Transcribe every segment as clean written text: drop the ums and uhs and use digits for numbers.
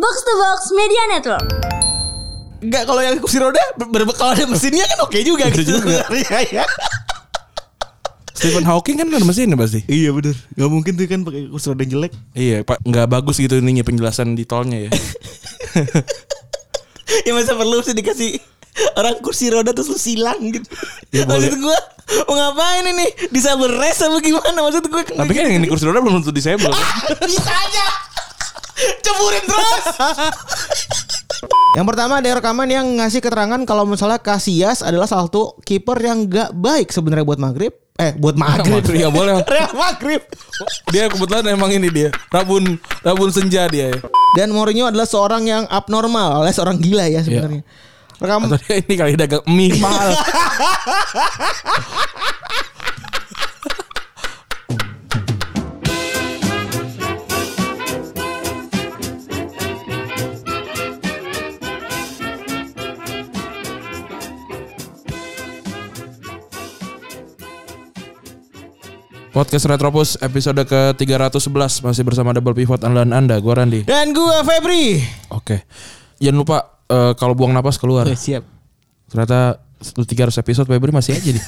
Box to Box Media Network. Enggak, kalau yang kursi roda berbekal ada mesinnya kan oke juga gitu. Iya. Stephen Hawking kan ada mesinnya pasti. Iya bener. Gak mungkin tuh kan pakai kursi roda jelek. Iya, Pak, nggak bagus gitu ininya penjelasan di tolnya ya. Ya masa perlu sih dikasih orang kursi roda terus lu silang gitu. Ya, maksud gue mau ngapain ini? Disable rest apa gimana? Maksud gue Tapi kan yang ini kursi roda belum tentu disable. bisa aja. Ceburin terus. Yang pertama ada rekaman yang ngasih keterangan kalau misalnya Casillas adalah salah satu kiper yang gak baik sebenarnya buat Maghrib. Buat Maghrib. Ya boleh. Real Maghrib. Dia kebetulan emang ini dia. Rabun senja dia ya. Dan Mourinho adalah seorang yang abnormal, alias seorang gila ya sebenarnya. Rekaman Atau dia ini kali dagang mie mahal. Podcast Retropus episode ke-311 masih bersama Double Pivot andalan Anda, gua Randi. dan gua Febri. Oke. Jangan lupa kalau buang napas keluar. Siap. Ternyata 300 episode Febri masih aja nih.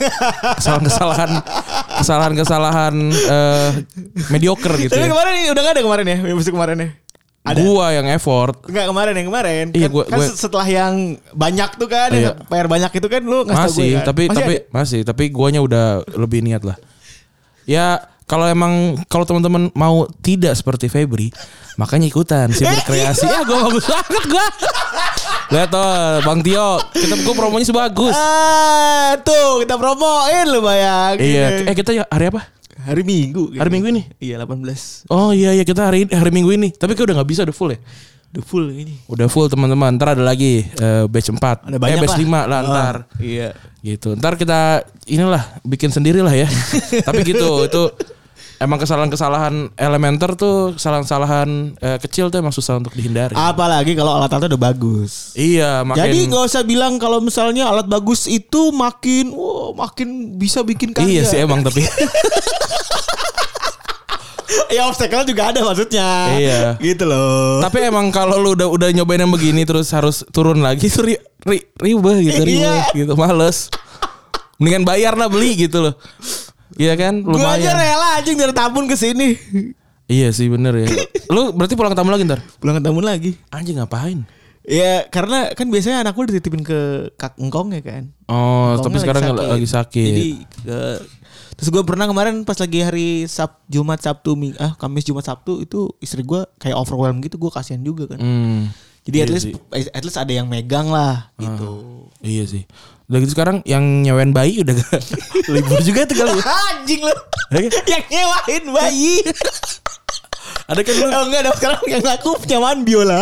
Kesalahan mediocre gitu. Tapi Ya. kemarin udah gak ada kemarin ya? Minggu kemarin ya? Ada. Gua yang effort. Enggak yang kemarin. Iya, Kan setelah yang banyak tuh kan, Iya. PR banyak itu kan lu ngasih tau gue kan. Tapi guanya udah lebih niat lah. Ya kalau teman-teman mau tidak seperti Febri, makanya ikutan sih berkreasi. Ya gue bagus banget gue. Lihat tuh Bang Tio, gue promonya sebagus. Tuh kita promoin lu bayangin. Iya. Kita hari apa? Hari Minggu. Hari Minggu ini? Iya 18. Oh iya kita hari Minggu ini. Tapi udah nggak bisa, udah full ya. Udah full ini. Udah full teman-teman. Ntar ada lagi batch 4. Ada banyak batch 5 lah ntar. Iya. Gitu. Ntar kita bikin sendiri lah ya. Tapi gitu, itu emang kesalahan elementer tuh, kesalahan kecil tuh emang susah untuk dihindari. Apalagi kalau alat-alatnya udah bagus. Iya, Jadi gak usah bilang kalau misalnya alat bagus itu makin bisa bikin karya. Iya sih emang tapi. Ya obstacle juga ada maksudnya. Iya. Gitu loh. Tapi emang kalau lu udah nyobain yang begini terus harus turun lagi tuh ribet gitu, males. Mendingan bayar lah beli gitu loh. Iya kan? Gue Lumayan. aja rela anjing dari Tambun ke sini. Iya sih bener ya. Lu berarti pulang ke Tambun lagi ntar? Pulang ke Tambun lagi. Anjing ngapain? Ya karena kan biasanya anak gue dititipin ke Kak Engkong ya kan. Oh, Engkongnya tapi sekarang lagi sakit. Jadi terus gue pernah kemarin pas lagi hari Jumat Sabtu Kamis Jumat Sabtu itu istri gue kayak overwhelmed gitu, gue kasihan juga kan. Jadi Iya at least ada yang megang lah gitu. Iya sih. Udah gitu sekarang yang nyewain bayi udah gak libur juga tuh kali ya. Anjing lu. Yang nyewain bayi. Ada kan lu? Oh enggak ada, sekarang yang ngaku penyamaan biola.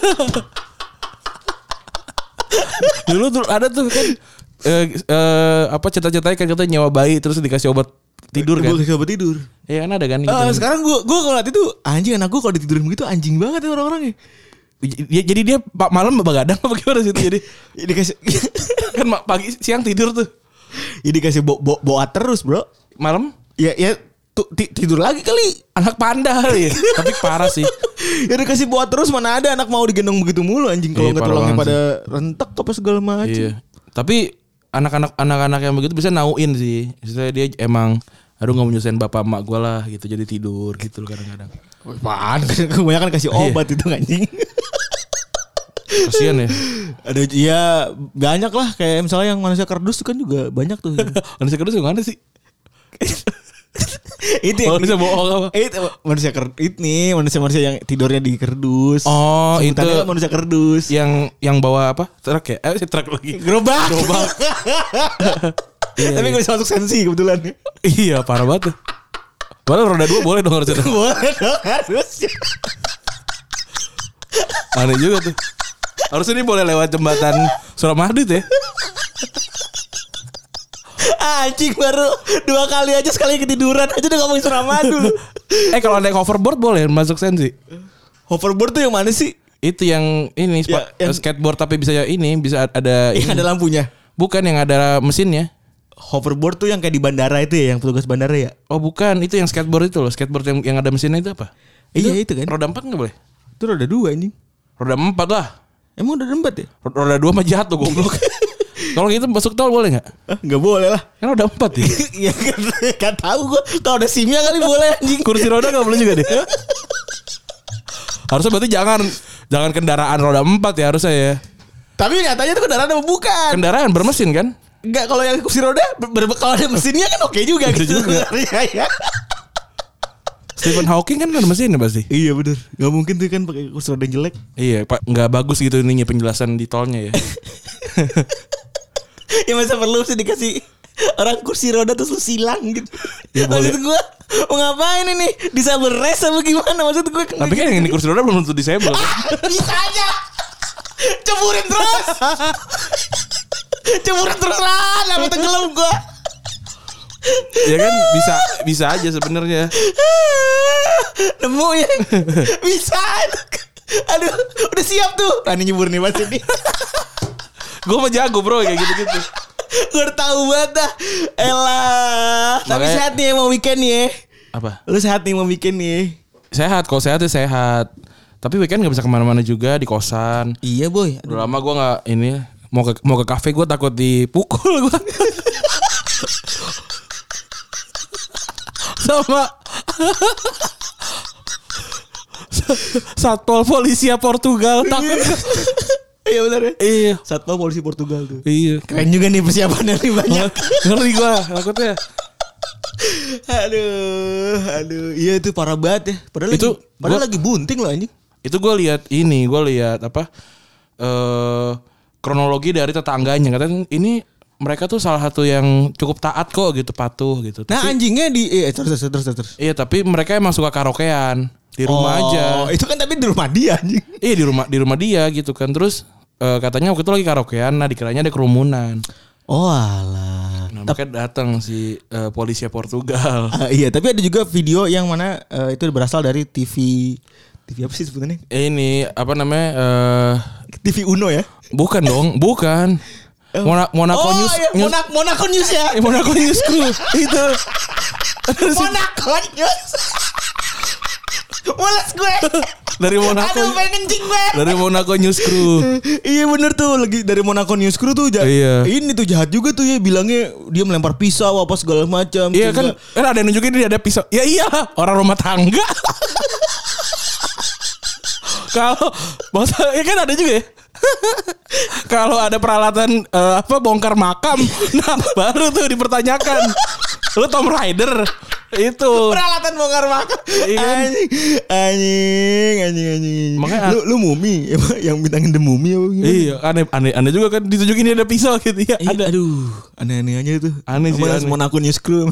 Dulu tuh ada tuh kan cita-citanya kan kita nyewa bayi terus dikasih obat tidur kan. Gue kasih obat tidur. Iya kan ada kan gitu. Sekarang gue kalau liat itu anjing, anak gue kalau ditidurin begitu anjing banget ya orang-orangnya. Jadi dia malam begadang apa gimana sih itu jadi? Dikasih Kan pagi siang tidur tuh. ya dikasih bawa terus bro. Malam Ya tidur lagi kali. anak panda kali ya. Tapi parah sih. Ya dikasih bawa terus, mana ada anak mau digendong begitu mulu anjing. Kalau nggak tulangnya pada rentek apa segala macam. Iya. Tapi anak-anak yang begitu bisa nauin sih. Misalnya dia emang aduh gak mau nyusahin bapak emak gue lah gitu, jadi tidur gitu loh kadang-kadang. Apaan? Kebanyakan kasih obat itu anjing. Kasian ya. Ada ya banyak lah, kayak misalnya yang manusia kardus itu kan juga banyak tuh. Manusia kardus gimana sih? Itu yang Manusia bohong apa? Itu manusia manusia yang tidurnya di kardus. Oh, sebutannya itu manusia kardus. yang bawa apa? Truk ya? Truk lagi. Gerobak. Iya, Tapi gak bisa masuk sensi kebetulan. Iya, parah banget. Padahal roda 2 boleh dong harusnya. Boleh dong harusnya. Aneh juga tuh. Harusnya ini boleh lewat jembatan Suramadu tuh ya. Anjing baru 2 kali aja, sekali ketiduran aja udah ngomongin Suramadu. Kalau naik hoverboard boleh masuk sensi. Hoverboard tuh yang mana sih? Itu yang ini yang skateboard tapi bisa bisa ada Yang ada lampunya. Bukan yang ada mesinnya. Hoverboard tuh yang kayak di bandara itu ya, yang petugas bandara ya? Oh bukan, itu yang skateboard itu loh. Skateboard yang ada mesinnya itu apa? Iya itu kan. Roda 4 nggak boleh? Itu roda 2 anjing. Roda 4 lah. Emang udah 4 ya? Roda 2 mah jatuh goblok. Kalau gitu masuk tol boleh nggak? Nggak boleh lah. Kan roda 4 ya. Iya kan tahu gue. Kalau ada SIM-nya kali boleh anjing. Kursi roda nggak boleh juga deh. Harusnya berarti jangan kendaraan roda 4 ya harusnya ya. Tapi nyatanya tuh kendaraan apa bukan? Kendaraan bermesin kan? Enggak, kalau yang kursi roda kalau ada mesinnya kan oke juga gitu. Iya. Stephen Hawking kan ada mesinnya pasti. Iya bener. Gak mungkin tuh kan pakai kursi roda yang jelek. Iya, Pak, nggak bagus gitu ininya penjelasan di tolnya ya. Ya masa perlu sih dikasih orang kursi roda terus lu silang gitu. Ya, maksud gue mau ngapain ini? Disable rest apa gimana maksud gue? Tapi kan yang ini kursi roda belum tentu disable. Bisa aja. Ceburin terus. Ceburin terus lah, sampai tenggelam gue. Ya kan bisa aja sebenarnya. Nemu ya. Bisa. Aduh, udah siap tuh. Tani nyebur nih Mas ini. Gue mah jago bro kayak gitu-gitu. Gue udah tahu banget dah. Elah. Tapi sehat nih mau weekend nih ya. Apa? Lu sehat nih mau weekend nih. Sehat, kalau sehat ya sehat. Tapi weekend gak bisa kemana-mana juga di kosan. Iya boy. Udah lama gue gak ini mau ke kafe gue takut dipukul gue. Sama Satpol Polisi Portugal takut. Iya benar ya. Iya. Satpol Polisi Portugal tuh. Iya. Keren juga nih persiapannya nih banyak. Ngeri gue takutnya. Aduh. Iya itu parah banget ya. Padahal lagi bunting loh anjing. Itu gue lihat apa kronologi dari tetangganya, katanya ini mereka tuh salah satu yang cukup taat kok gitu, patuh gitu. Nah tapi, anjingnya terus. Iya tapi mereka emang suka karaokean di rumah aja. Itu kan tapi di rumah dia anjing. Iya di rumah dia gitu kan. Terus katanya waktu itu lagi karaokean, nah dikiranya ada kerumunan. Oh alah. Nah, makanya datang si polisi Portugal. Iya tapi ada juga video yang mana itu berasal dari TV apa sih sebutannya? Ini apa namanya? TV Uno ya? Bukan dong, bukan. Monaco News. Iya, Monaco News ya. Monaco News Crew itu. Monaco News. Mules gue. Dari Monaco. Aduh pengen kencing gue. Dari Monaco News Crew. Iya bener tuh lagi dari Monaco News Crew tuh iya. Ini tuh jahat juga tuh ya bilangnya dia melempar pisau apa segala macam. Iya kan ada yang nunjukin dia ada pisau. Ya iya orang rumah tangga. Kalau masa ya kan ada juga ya. Kalau ada peralatan bongkar makam, nah baru tuh dipertanyakan. Lu Tomb Raider itu peralatan bongkar makam. Anjing. Makanya lu mumi yang bintangin The Mummy apa gimana? Iya, aneh juga kan ditunjukin dia ada pisau gitu ya. Ada. Aduh, aneh-aneh aja itu. Aneh sih. Monaco News Crew.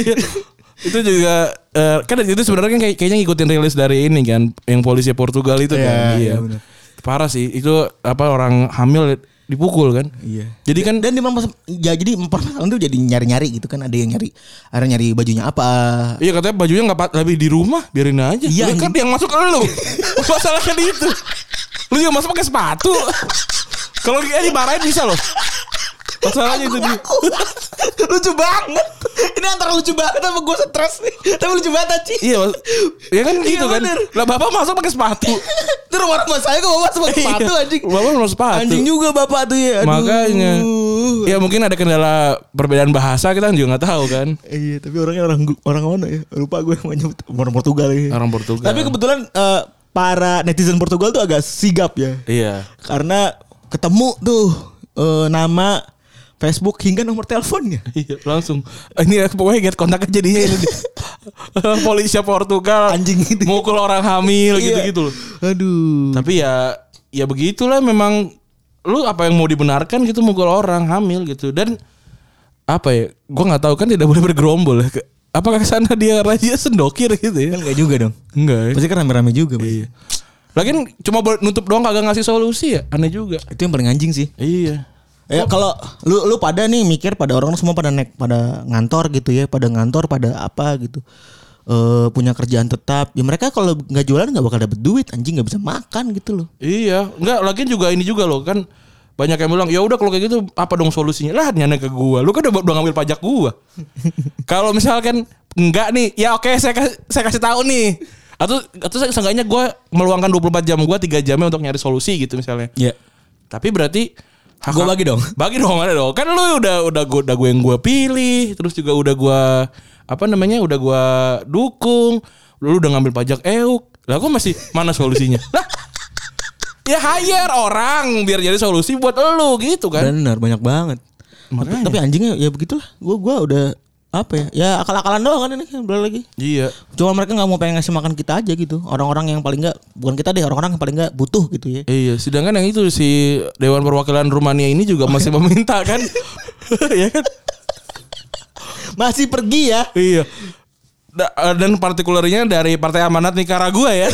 Itu juga kan itu sebenarnya kan kayaknya ngikutin rilis dari ini kan yang polisi Portugal itu kan. Iya. Parah sih itu orang hamil dipukul kan. Iya. Jadi kan dan jadi permasalahan tuh jadi nyari-nyari gitu kan, ada yang nyari bajunya apa. Iya katanya bajunya enggak lebih di rumah, biarin aja. Iya kan yang masuk lu. Masalahnya itu. Lu juga masuk pakai sepatu. Kalau dia dimarahin bisa loh. Masalahnya itu dia. Lucu banget. Ini antara lucu banget sama gue stres nih. Tapi lucu banget Aci. Iya ya kan gitu kan. Lah bapak masuk pakai sepatu. Itu rumah saya kok bapak masuk pakai sepatu anjing. Bapak masuk sepatu. Anjing juga bapak tuh ya. Aduh. Makanya. Ya mungkin ada kendala perbedaan bahasa kita juga nggak tahu kan. Iya tapi orangnya orang mana ya. Lupa gue namanya orang Portugal ya. Orang Portugal. Tapi kebetulan para netizen Portugal tuh agak sigap ya. Iya. Karena ketemu tuh nama Facebook hingga nomor teleponnya. Iya langsung. Ini pokoknya get kontak aja dia ini. Polisi Portugal anjing itu. Mukul orang hamil gitu-gitu loh. Aduh. Tapi ya begitulah memang lu apa yang mau dibenarkan gitu mukul orang hamil gitu. Dan apa ya? Gue enggak tahu kan tidak boleh bergerombol ya. Apakah kesana dia raja sendokir gitu ya? Kan enggak juga dong. Enggak ya. Pasti kan rame-rame juga. Iya. Lagian cuma nutup doang kagak ngasih solusi ya. Aneh juga. Itu yang paling anjing sih. Iya. Ya kalau lu pada nih mikir pada orang semua pada ngantor gitu ya, pada apa gitu. Punya kerjaan tetap. Ya mereka kalau enggak jualan enggak bakal dapet duit, anjing enggak bisa makan gitu loh. Iya, enggak lagian juga ini juga loh kan banyak yang bilang, "Ya udah kalau kayak gitu apa dong solusinya?" Lah nyana ke gua. Lu kan udah ngambil pajak gua. Kalau misalkan enggak nih, ya oke saya kasih tahu nih. Atau seenggaknya gue meluangkan 24 jam gue 3 jamnya untuk nyari solusi gitu misalnya. Iya. Tapi berarti Gue bagi dong. Bagi dong, ada dong. Kan lu udah gue yang gue pilih, terus juga udah gue udah gue dukung. Lu udah ngambil pajak EUK. Lah kok masih mana solusinya? Lah. Ya hire orang biar jadi solusi buat lu gitu kan. Bener, banyak banget. Tapi anjingnya ya begitulah. Gue udah apa ya? Ya akal-akalan doang kan ini balik lagi. Iya. Cuma mereka nggak mau pengen ngasih makan kita aja gitu. Orang-orang yang paling nggak, bukan kita deh, orang-orang yang paling nggak butuh gitu ya. Iya. Sedangkan yang itu si Dewan Perwakilan Rumania ini juga masih meminta kan. Ya kan. Masih pergi ya. Iya. Dan partikulernya dari Partai Amanat Nicaragua ya.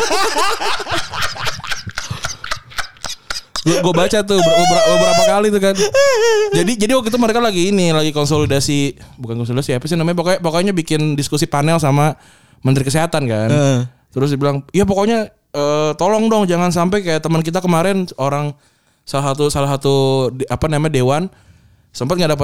Gue baca tuh beberapa kali tuh kan. Jadi waktu itu mereka lagi konsolidasi, bukan konsolidasi apa sih namanya, pokoknya bikin diskusi panel sama Menteri Kesehatan kan. Terus dia bilang, "Ya pokoknya tolong dong jangan sampai kayak teman kita kemarin orang salah satu dewan sempat nggak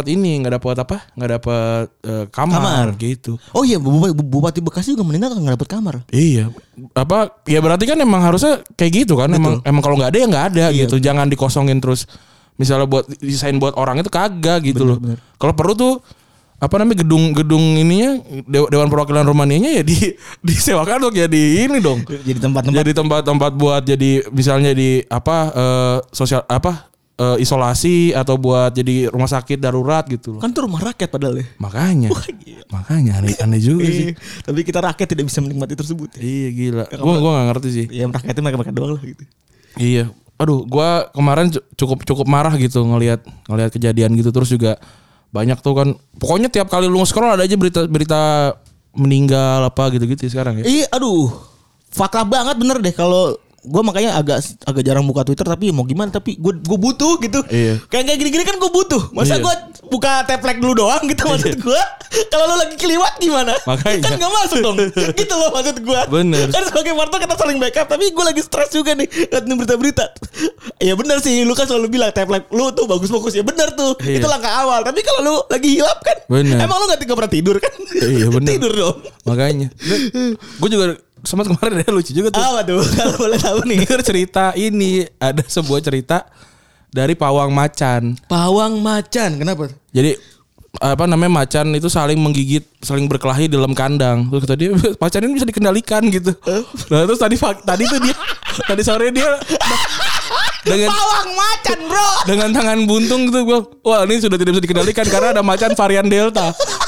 dapat kamar gitu." Oh iya, Bupati Bekasi juga meninggal nggak dapat kamar. Iya. Ya berarti kan emang harusnya kayak gitu kan. Betul. Emang kalau nggak ada ya nggak ada Iya, gitu. Jangan dikosongin terus. Misalnya buat desain buat orang itu kagak gitu loh. Kalau perlu tuh gedung ininya Dewan Perwakilan Rumanianya ya disewakan untuk jadi ini dong. Jadi tempat-tempat. Jadi tempat-tempat buat jadi misalnya di sosial isolasi atau buat jadi rumah sakit darurat gitu loh. Kan itu rumah rakyat padahal ya. Makanya aneh juga sih. Tapi kita rakyat tidak bisa menikmati tersebut. Iya gila. Gue gak ngerti sih. Ya rakyatnya mereka doang lah gitu. Iya. Aduh, gue kemarin cukup marah gitu ngelihat kejadian gitu. Terus juga banyak tuh kan. Pokoknya tiap kali lu scroll ada aja berita meninggal apa gitu-gitu sekarang ya. Iya, aduh. Fakta banget bener deh kalau gue makanya agak jarang buka Twitter, tapi mau gimana, tapi gue butuh gitu. Iya. Kayak gini-gini kan gue butuh. Masa Iya. gue buka taplek dulu doang gitu maksud gue. Kalau lo lagi keliwat gimana? Makanya. Kan gak masuk dong. Gitu loh maksud gue. Bener. Kan sebagai warta kita saling backup, tapi gue lagi stres juga nih liatin berita-berita. Ya bener sih, lu kan selalu bilang taplek lu tuh bagus-bagus. Ya bener tuh. Iya. Itu langkah awal. Tapi kalau lu lagi hilap kan, Bener. emang lu gak pernah tidur kan? Iya bener. Tidur dong. Makanya. Gue juga sempat kemarin ada lucu juga tuh. Apa tuh? Kalau boleh tahu nih. Dengar cerita ini, ada sebuah cerita dari pawang macan. Pawang macan, kenapa? Jadi macan itu saling menggigit, saling berkelahi di dalam kandang. Terus kata dia, macan ini bisa dikendalikan gitu. Nah, terus tadi tuh dia tadi sore dia dengan Pawang macan, bro. dengan tangan buntung gitu gua. Wah, ini sudah tidak bisa dikendalikan karena ada macan varian Delta.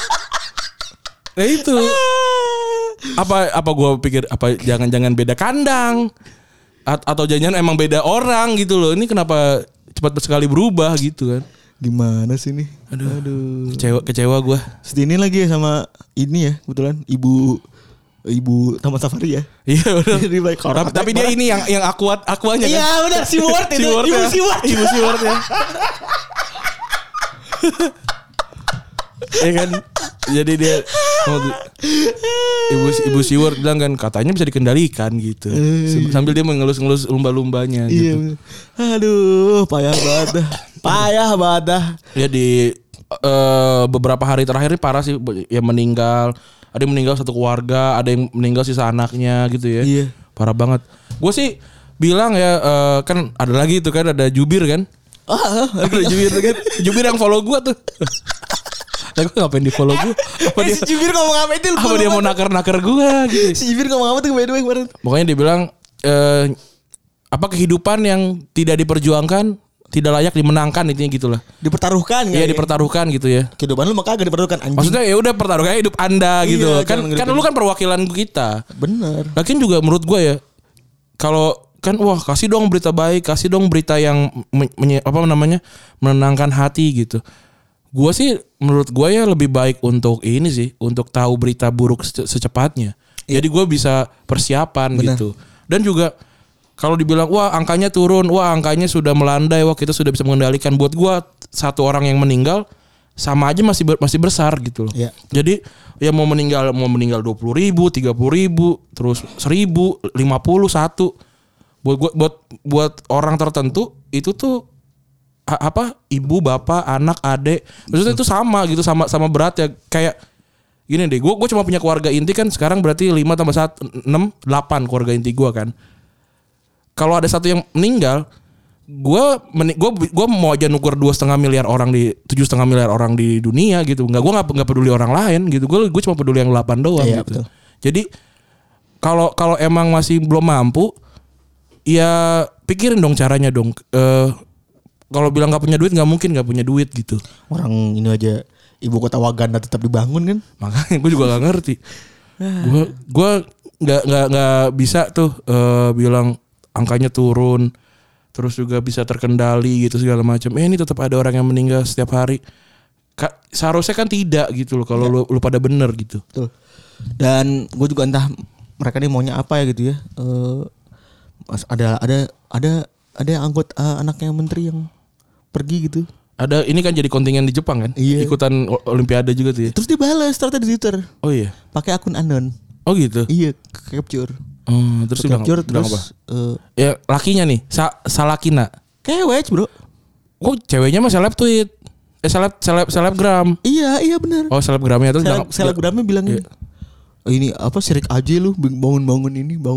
Nah itu. Apa gue pikir jangan beda kandang atau jangan emang beda orang gitu loh. Ini kenapa cepat sekali berubah gitu kan? Gimana sih nih? Aduh. Kecewa gue. Sedini lagi ya sama ini ya, kebetulan ibu Taman Safari ya. Iya benar. Tapi dia ini yang akuanya kan. Iya benar, si Word itu. Ibu si Word ya. Ya kan. Jadi dia Ibu Siward bilang kan katanya bisa dikendalikan gitu. Sambil dia mengelus-ngelus lumba-lumbanya gitu. Iya. Aduh, payah banget dah. Ya di beberapa hari terakhir ini parah sih ya, meninggal. Ada yang meninggal satu keluarga, ada yang meninggal sisa anaknya gitu ya. Iya. Parah banget. Gue sih bilang ya kan ada lagi itu kan, ada Jubir kan. Ada Jubir kan. Jubir yang follow gue tuh. Nah, gue ngapain di follow gue? Si Jubir ngomong apa itu? Apa dia mau naker-naker gue gitu? Si Jubir ngomong apa tuh by the way kemarin? Pokoknya dia bilang kehidupan yang tidak diperjuangkan tidak layak dimenangkan, intinya gitulah. Dipertaruhkan ya? Iya, dipertaruhkan gitu ya. Kehidupan lu maka agak dipertaruhkan anjing. Maksudnya ya udah pertaruhkan hidup Anda gitu. Iya, Kan lu kan perwakilan kita. Bener. Lakin juga menurut gue ya, kalau kan wah kasih dong berita baik, kasih dong berita yang menenangkan hati gitu. Gue sih menurut gue ya lebih baik untuk ini sih, untuk tahu berita buruk secepatnya. Iya. Jadi gue bisa persiapan. Bener. Gitu. Dan juga kalau dibilang wah angkanya turun, wah angkanya sudah melandai, wah kita sudah bisa mengendalikan. Buat gue satu orang yang meninggal sama aja masih besar gitu loh. Iya. Jadi ya mau meninggal 20.000, 30.000, terus 1.000, 50, 1. Buat orang tertentu itu tuh ibu, bapak, anak, adik, maksudnya itu sama gitu, sama berat ya. Kayak Gini deh, gue cuma punya keluarga inti kan sekarang berarti 5 tambah 1 6 8 keluarga inti gue kan. Kalau ada satu yang meninggal, gue mau aja nuker 2,5 miliar orang di 7,5 miliar orang di dunia gitu. Gue nggak peduli orang lain gitu. Gue cuma peduli yang 8 doang gitu. Betul. Jadi kalau emang masih belum mampu, ya pikirin dong caranya dong. Kalau bilang nggak punya duit, nggak mungkin nggak punya duit gitu. Orang ini aja ibu kota Waganda tetap dibangun kan? Makanya gue juga nggak ngerti. Gue nggak bisa tuh bilang angkanya turun, terus juga bisa terkendali gitu segala macam. Ini tetap ada orang yang meninggal setiap hari. Seharusnya kan tidak gitu loh kalau lu pada bener gitu. Betul. Dan gue juga entah mereka nih maunya apa ya gitu ya. Ada anggota anaknya menteri yang pergi gitu. Ada ini kan jadi kontingen di Jepang kan? Iya. Ikutan Olimpiade juga tuh ya. Terus dia balas ternyata di Twitter. Oh iya. Pakai akun unknown. Oh gitu. Iya, capture. Terus bilang apa? Ya lakinya nih, Salakina. Kewec, Bro. Oh, ceweknya mah seleb tweet. Selebgram. Iya benar. Oh, selebgramnya tuh selebgramnya bilang iya. Ini apa sirik aja lu bangun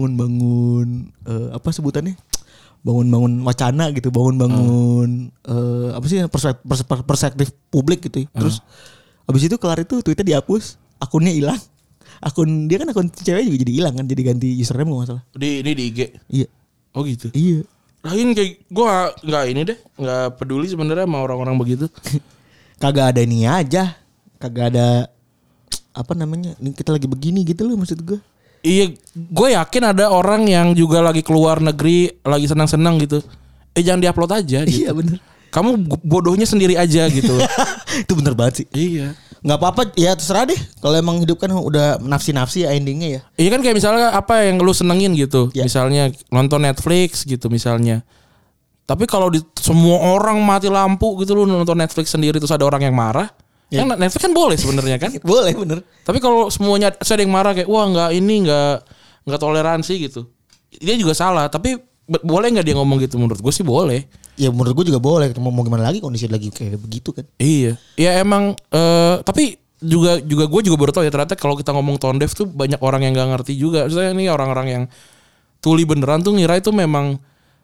apa sebutannya? Bangun wacana gitu, bangun apa sih perspektif publik gitu. Terus habis itu kelar itu tweetnya dihapus, akunnya hilang. Akun dia kan akun cewek juga jadi hilang kan, jadi ganti username enggak masalah. Di IG. Iya. Oh gitu. Iya. Lain kayak gua enggak peduli sebenarnya sama orang-orang begitu. Kagak ada ini aja. Kagak ada apa namanya? Ini kita lagi begini gitu loh maksud gue. Iya, gue yakin ada orang yang juga lagi keluar negeri, lagi senang-senang gitu. Jangan diupload aja gitu. Iya bener. Kamu bodohnya sendiri aja gitu. Itu bener banget sih. Iya. Nggak apa-apa, ya terserah deh. Kalau emang hidup kan udah nafsi-nafsi ya endingnya ya. Iya kan kayak misalnya apa yang lu senengin gitu. Ya. Misalnya nonton Netflix gitu misalnya. Tapi kalau di semua orang mati lampu gitu lu nonton Netflix sendiri terus ada orang yang marah. Ya. Kan Netflix kan boleh sebenarnya kan? Boleh bener. Tapi kalau semuanya ada yang marah kayak wah nggak toleransi gitu. Dia juga salah. Tapi boleh nggak dia ngomong gitu? Menurut gue sih boleh. Ya menurut gue juga boleh. Mau gimana lagi kondisi lagi kayak begitu kan? Iya. Ya emang. Tapi juga gue juga baru tahu ya ternyata kalau kita ngomong tone deaf tuh banyak orang yang nggak ngerti juga. Misalnya ini orang-orang yang tuli beneran tuh ngira itu memang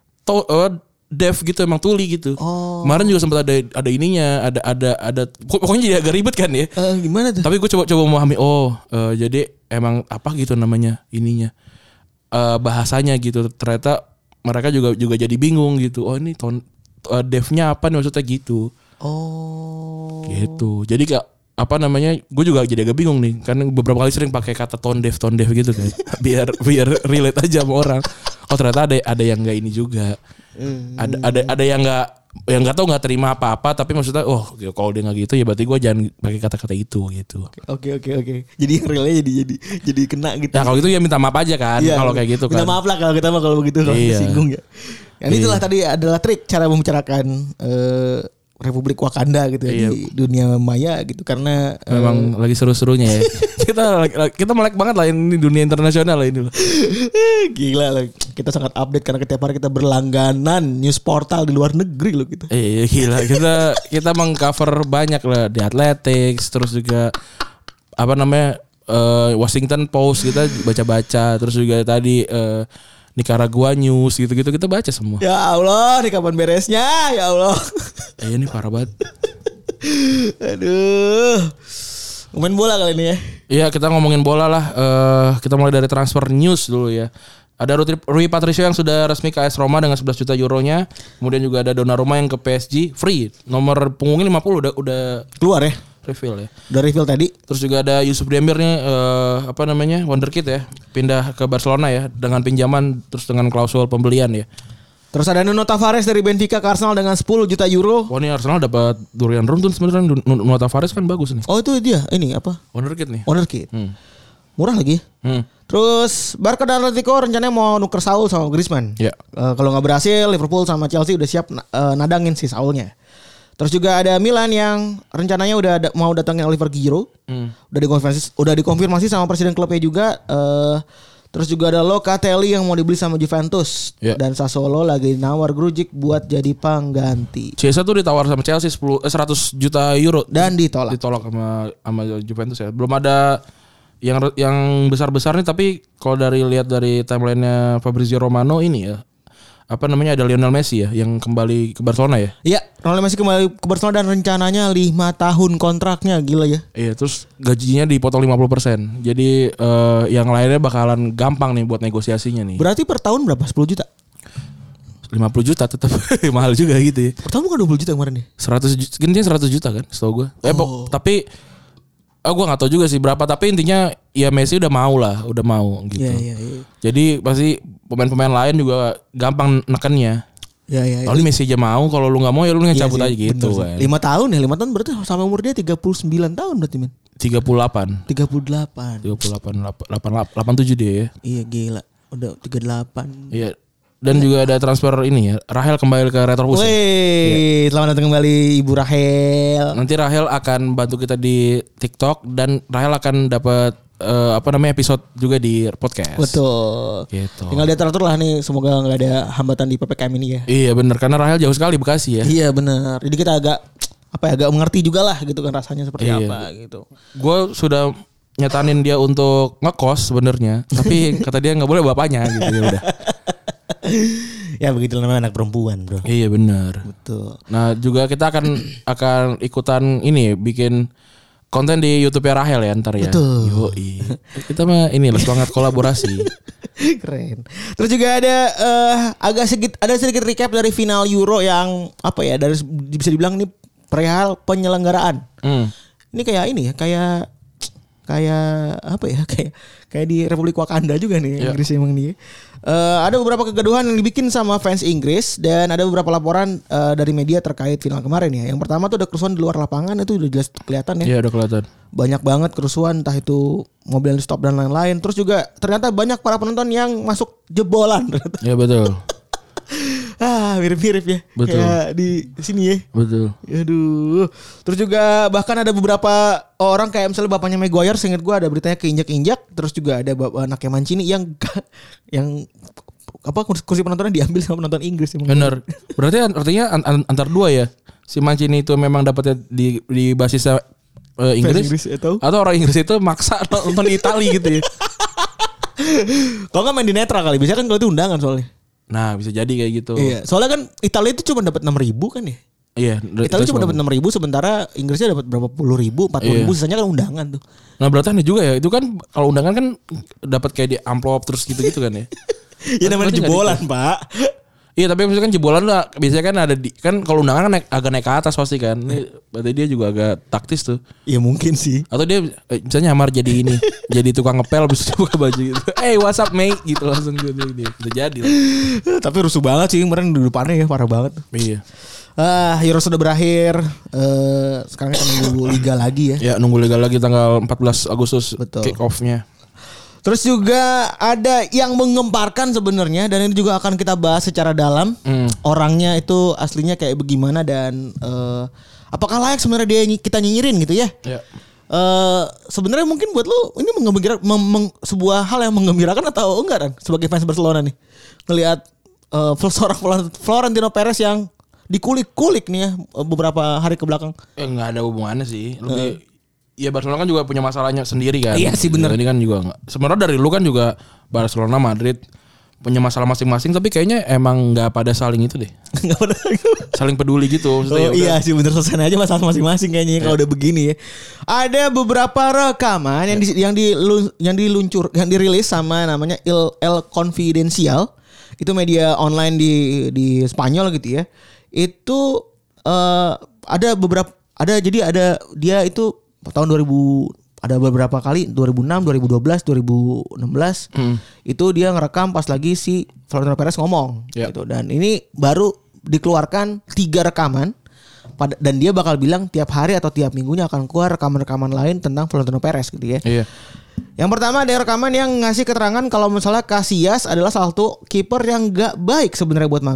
deaf gitu, emang tuli gitu. Oh. Kemarin juga sempat ada ininya, ada pokoknya jadi agak ribet kan ya. Gimana tuh? Tapi gue coba memahami. Jadi emang apa gitu namanya ininya bahasanya gitu. Ternyata mereka juga jadi bingung gitu. Oh ini deaf-nya apa nih maksudnya gitu. Oh. Gitu. Jadi kayak apa namanya? Gue juga jadi agak bingung nih. Karena beberapa kali sering pakai kata tone deaf gitu kan. biar relate aja sama orang. Oh ternyata ada yang nggak ini juga. Ada yang nggak tahu nggak terima apa-apa tapi maksudnya kalau dia nggak gitu ya berarti gue jangan pakai kata-kata itu gitu. Oke. Jadi realnya jadi kena gitu. Nah kalau gitu ya minta maaf aja kan kalau kayak gitu kan. Minta maaf lah kalau kita mah kalau begitu kalau disinggung ya. Dan itulah tadi adalah trik cara membicarakan Republik Wakanda gitu ya di dunia maya gitu karena memang lagi seru-serunya ya. kita melek banget lah ini dunia internasional lah ini. Gila lah. Kita sangat update karena setiap hari kita berlangganan news portal di luar negeri loh kita. Iya gila. Kita mengcover banyak lah di athletics terus juga apa namanya Washington Post kita baca-baca terus juga tadi Nicaragua News gitu-gitu kita baca semua. Ya Allah, ini kapan beresnya? Ya Allah. Ini parah banget. Aduh. Ngomongin bola kali ini ya. Iya, kita ngomongin bola lah. Kita mulai dari transfer news dulu ya. Ada Rui Patricio yang sudah resmi ke AS Roma dengan 11 juta euronya. Kemudian juga ada Donnarumma yang ke PSG free. Nomor punggungnya 50 udah keluar ya. Reveal ya. Udah reveal tadi. Terus juga ada Yusuf Demir nih wonderkid ya. Pindah ke Barcelona ya dengan pinjaman terus dengan klausul pembelian ya. Terus ada Nuno Tavares dari Benfica ke Arsenal dengan 10 juta euro. Oh ini Arsenal dapat durian runtun sebenarnya. Nuno Tavares kan bagus nih. Oh itu dia. Ini apa? Wonderkid nih. Wonderkid. Murah lagi. Terus Barca dan Atletico rencananya mau nuker Saul sama Griezmann. Ya. Kalau nggak berhasil Liverpool sama Chelsea udah siap nadangin si Saulnya. Terus juga ada Milan yang rencananya udah mau datangin Oliver Giroud. Udah dikonfirmasi sama presiden klubnya juga. Terus juga ada Locatelli yang mau dibeli sama Juventus. Ya. Dan Sassuolo lagi nawar Grujic buat jadi pengganti. Chiesa tuh ditawar sama Chelsea 100 juta euro Dan ditolak. sama Juventus ya. Belum ada yang besar-besar nih, tapi kalau lihat dari timelinenya Fabrizio Romano ini ya, apa namanya, ada Lionel Messi ya yang kembali ke Barcelona ya. Iya, Lionel Messi kembali ke Barcelona dan rencananya 5 tahun kontraknya, gila ya. Iya, terus gajinya dipotong 50%. Jadi yang lainnya bakalan gampang nih buat negosiasinya nih. Berarti per tahun berapa? 10 juta? 50 juta tetap mahal juga gitu ya. Per tahun bukan 20 juta kemarin ya? 100 juta, gini 100 juta kan setahu gue. Tapi gue gak tahu juga sih berapa, tapi intinya ya Messi udah mau gitu. Iya. Jadi pasti pemain-pemain lain juga gampang nekennya. Iya. Kalau Messi aja mau, kalau lu nggak mau ya lu ngecabut aja gitu kan. 5 tahun ya, 5 tahun berarti sampai umur dia 39 tahun berarti, men. 38. 87 dia ya. Iya, gila. Udah 38. Iya. Dan juga ada transfer ini ya, Rahel kembali ke Retro Pusat. Wih, selamat datang kembali Ibu Rahel. Nanti Rahel akan bantu kita di TikTok dan Rahel akan dapat episode juga di podcast. Betul. Gitu. Tinggal diatur lah nih, semoga nggak ada hambatan di PPKM ini ya. Iya benar, karena Rahel jauh sekali Bekasi ya. Iya benar. Jadi kita agak mengerti juga lah gitu kan rasanya seperti apa gitu. Gue sudah nyatanin dia untuk ngekos sebenarnya, tapi kata dia nggak boleh bapaknya gitu ya udah. Ya begitu namanya anak perempuan, bro. Iya benar. Betul. Nah juga kita akan ikutan ini bikin konten di YouTube-nya Rahel ya ntar ya. Betul. Yoi. Kita mah ini lah semangat kolaborasi. Keren. Terus juga ada sedikit recap dari final Euro yang dari bisa dibilang ini perihal penyelenggaraan. Ini kayak kayak di Republik Wakanda juga nih Inggris emang nih. Ada beberapa kegaduhan yang dibikin sama fans Inggris dan ada beberapa laporan dari media terkait final kemarin ya. Yang pertama tuh ada kerusuhan di luar lapangan, itu udah jelas kelihatan ya. Iya, udah kelihatan. Banyak banget kerusuhan, entah itu mobil yang di stop dan lain-lain. Terus juga ternyata banyak para penonton yang masuk jebolan. Iya betul. Mirip-mirip ya. Betul. Kayak di sini ya. Betul. Aduh. Terus juga bahkan ada beberapa orang kayak misalnya bapaknya Maguire, seingat gue ada beritanya keinjak-injak. Terus juga ada anaknya Mancini yang kursi penontonnya diambil sama penonton Inggris. Bener. Berarti artinya antar dua ya. Si Mancini itu memang dapatnya di basis Inggris atau orang Inggris itu maksa nonton Itali gitu ya. Kalau nggak main di netral kali. Biasanya kan kalau itu undangan soalnya. Nah bisa jadi kayak gitu. Iya. Soalnya kan Italia itu cuma dapat 6.000 kan ya. Iya. Italia cuma dapat 6.000, sementara Inggrisnya dapat berapa puluh ribu, 40.000, sisanya kan undangan tuh. Nah berarti aneh juga ya. Itu kan kalau undangan kan dapat kayak di amplop terus gitu-gitu kan ya. Ya namanya jebolan, Pak. Iya, tapi maksudnya kan jebolan lah biasanya kan ada kan kalau undangan kan agak naik ke atas pasti kan. Ini berarti dia juga agak taktis tuh. Iya mungkin sih. Atau dia misalnya nyamar jadi ini, jadi tukang ngepel bisa buka baju gitu. Hey, what's up mate? Gitu langsung dia bisa jadi lah. Tapi rusuh banget sih kemarin di depannya ya, parah banget. Iya. Euro sudah berakhir. Sekarang kita nunggu liga lagi ya. Ya, nunggu liga lagi tanggal 14 Agustus kick off-nya. Terus juga ada yang menggemparkan sebenarnya, dan ini juga akan kita bahas secara dalam. Orangnya itu aslinya kayak bagaimana dan apakah layak sebenarnya dia kita nyinyirin gitu ya? Ya. Sebenarnya mungkin buat lu ini sebuah hal yang menggembirakan atau enggak kan sebagai fans Barcelona nih, ngelihat seorang Florentino Perez yang dikulik-kulik nih ya beberapa hari ke belakang. Nggak ada hubungannya sih. Lebih ya Barcelona kan juga punya masalahnya sendiri kan. Iya sih benar. Ini kan juga enggak. Sebenarnya dari lu kan juga Barcelona, Madrid punya masalah masing-masing, tapi kayaknya emang nggak pada saling itu deh. Nggak pada saling peduli gitu. Iya sih bener, selesai aja masalah masing-masing kayaknya kalau udah begini ya. Ada beberapa rekaman yang dirilis sama namanya El Confidencial. Itu media online di Spanyol gitu ya. Itu dia itu tahun 2000 ada beberapa kali 2006, 2012, 2016 itu dia ngerekam pas lagi si Florentino Perez ngomong gitu. Dan ini baru dikeluarkan 3 rekaman dan dia bakal bilang tiap hari atau tiap minggunya akan keluar rekaman-rekaman lain tentang Florentino Perez gitu ya. Iya. Yang pertama ada rekaman yang ngasih keterangan kalau misalnya Casillas adalah salah satu kiper yang gak baik sebenarnya buat Madrid.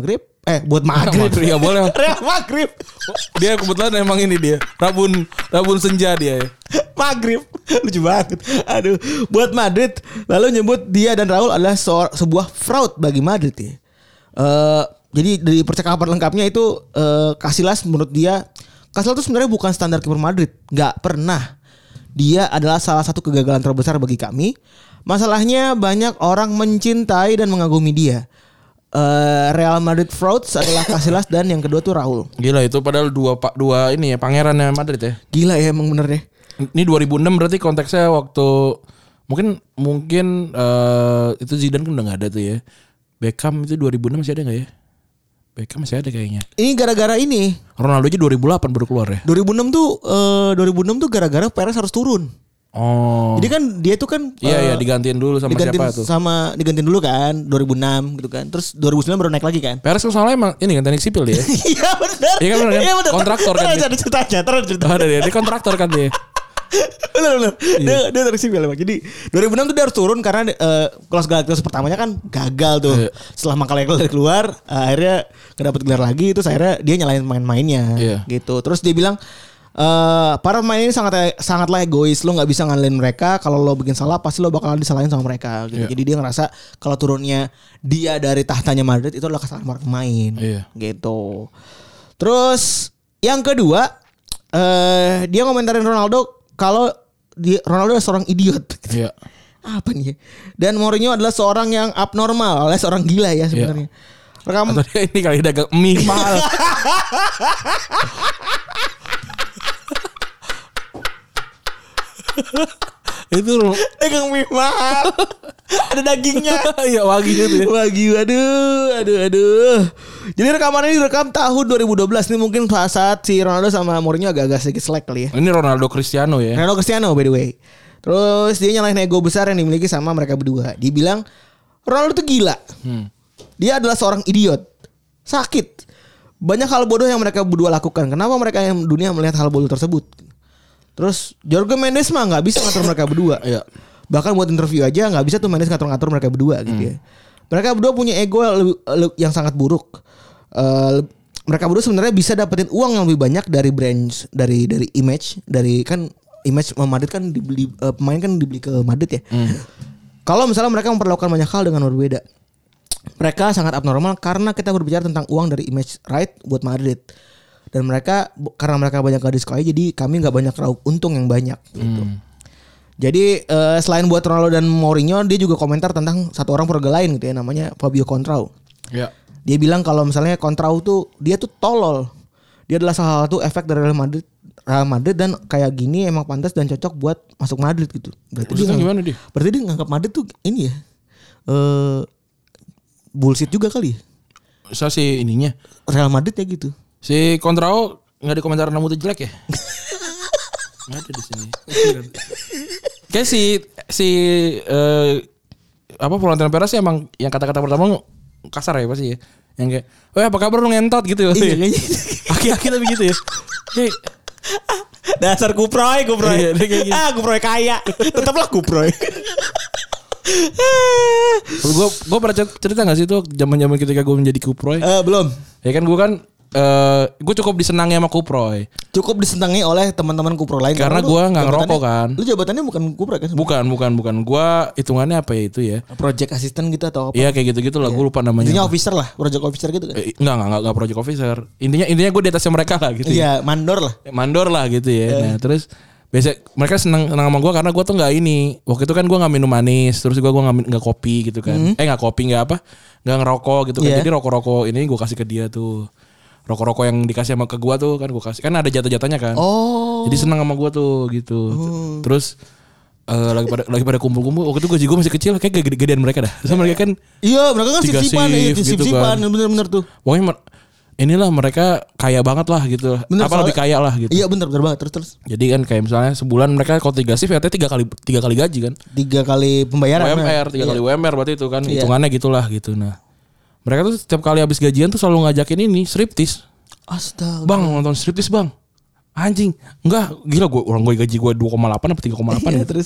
buat maghrib. Ya boleh. Real maghrib. Dia kebetulan emang ini dia. Rabun senja dia ya. Maghrib. Lucu banget. Aduh, buat Madrid. Lalu nyebut dia dan Raul adalah sebuah fraud bagi Madrid ya. Jadi dari percakapan lengkapnya itu Casillas menurut dia Casillas itu sebenarnya bukan standar kiper Madrid. Gak pernah. Dia adalah salah satu kegagalan terbesar bagi kami. Masalahnya banyak orang mencintai dan mengagumi dia. Real Madrid frauds adalah Casillas dan yang kedua tuh Raul. Gila itu padahal dua ini ya pangerannya Madrid ya. Gila ya emang bener deh. Ini 2006 berarti konteksnya waktu mungkin itu Zidane kan udah nggak ada tuh ya. Beckham itu 2006 masih ada nggak ya? Beckham masih ada kayaknya. Ini gara-gara ini. Ronaldo aja 2008 baru keluar ya. 2006 tuh gara-gara Perez harus turun. Oh. Jadi kan dia tuh kan Iya digantiin dulu sama siapa tuh? Digantiin dulu kan 2006 gitu kan. Terus 2009 baru naik lagi kan. Perez kan soalnya emang ini kan teknik sipil dia. Iya benar. Iya kan benar kan? Kontraktor kan dia. Ada ceritanya, terus cerita. Oh, dia kontraktor kan dia. Benar. Dia teknik sipil emang. Jadi 2006 tuh dia harus turun karena Los Galacticos pertamanya kan gagal tuh. Iya. Setelah Makalele keluar, akhirnya gak dapet gelar lagi. Terus akhirnya dia nyalain main-mainnya gitu. Terus dia bilang para pemain ini sangatlah egois. Lo nggak bisa ngandelin mereka. Kalau lo bikin salah pasti lo bakalan disalahin sama mereka gitu. Jadi dia ngerasa kalau turunnya dia dari tahtanya Madrid itu adalah kesalahan para pemain gitu. Terus yang kedua dia ngomentarin Ronaldo kalau Ronaldo adalah seorang idiot gitu. Apa nih? Dan Mourinho adalah seorang yang abnormal, alias seorang gila ya sebenarnya. Atau dia ini kali dagang mie mahal. Itu dagang mie mahal. Ada dagingnya. Iya wagyu tuh ya. Wagyu aduh. Jadi rekaman ini direkam tahun 2012 nih mungkin saat si Ronaldo sama Mourinho agak-agak sedikit slack kali ya. Ini Ronaldo Cristiano ya. Ronaldo Cristiano by the way. Terus dia nyalahin ego besar yang dimiliki sama mereka berdua. Dia bilang Ronaldo tuh gila. Dia adalah seorang idiot. Sakit. Banyak hal bodoh yang mereka berdua lakukan. Kenapa mereka yang dunia melihat hal bodoh tersebut? Terus Jorge Mendes mah nggak bisa ngatur mereka berdua. Bahkan buat interview aja nggak bisa tuh Mendes ngatur-ngatur mereka berdua gitu ya. Mereka berdua punya ego yang sangat buruk. Mereka berdua sebenarnya bisa dapetin uang yang lebih banyak dari brand, dari image, dari kan image Madrid kan dibeli pemain kan dibeli ke Madrid ya. Kalau misalnya mereka memperlakukan banyak hal dengan berbeda. Mereka sangat abnormal karena kita berbicara tentang uang dari image right buat Madrid. Dan mereka karena mereka banyak gak disukai jadi kami nggak banyak raup untung yang banyak gitu. Jadi selain buat Ronaldo dan Mourinho dia juga komentar tentang satu orang perga lain gitu ya namanya Fabio Contrao. Dia bilang kalau misalnya Contrao tuh dia tuh tolol. Dia adalah salah satu efek dari Real Madrid dan kayak gini emang pantas dan cocok buat masuk Madrid gitu. Berarti dia gimana dia? Berarti dia nganggap Madrid tuh ini ya. Bullshit juga kali ya. Saya sih ininya Real Madrid ya gitu. Si Contrao nggak di komentar namu tuh jelek ya? Nggak ada di sini. Kayak si Florentino Perez sih emang yang kata-kata pertama kasar ya pasti ya. Yang kayak, apa kabar lu ngentot gitu. Iya. Aki-aki tapi gitu ya. Kayak dasar kuproy. Iya, gitu. Kuproy kaya. Tetaplah kuproy. Gue pernah cerita gak sih tuh zaman-zaman ketika gue menjadi kuproy? Belum. Ya kan gue cukup disenangi sama kuproy. Cukup disenangi oleh teman-teman kuproy lain. Karena gue nggak ngerokok kan. Lu jabatannya bukan kuproy kan? Bukan. Gue hitungannya apa ya itu ya? Project assistant gitu atau apa? Iya kayak gitu lah. Gue lupa namanya. Intinya officer lah, project officer gitu kan? Enggak project officer. Intinya gue di atasnya mereka lah gitu. Iya, mandor lah gitu ya. Nah terus biasa mereka senang sama gue karena gue tuh nggak ini. Waktu itu kan gue nggak minum manis. Terus gue nggak kopi gitu kan. Nggak kopi nggak ngerokok gitu kan. Jadi rokok ini gue kasih ke dia tuh. Rokok-rokok yang dikasih sama ke gua tuh kan gue kasih. Kan ada jatah-jatahnya kan. Jadi senang sama gua tuh gitu. Terus lagi pada kumpul-kumpul. Waktu itu gue masih kecil kayak gedean mereka dah. Sama mereka kan. Iya, mereka kan sip-sipan gitu kan. Bener-bener tuh. Pokoknya inilah mereka kaya banget lah gitu. Bener, lebih kaya lah gitu. Iya bener banget terus. Jadi kan kayak misalnya sebulan mereka kalau 3 shift ya 3 kali gaji kan. 3 kali pembayaran. UMR 3 kali UMR berarti itu kan hitungannya gitulah gitu. Nah mereka tuh setiap kali habis gajian tuh selalu ngajakin ini striptis. Astaga. Bang nonton striptis bang. Anjing. Enggak gila gue gaji gue 2,8 apa 3,8 ya. Terus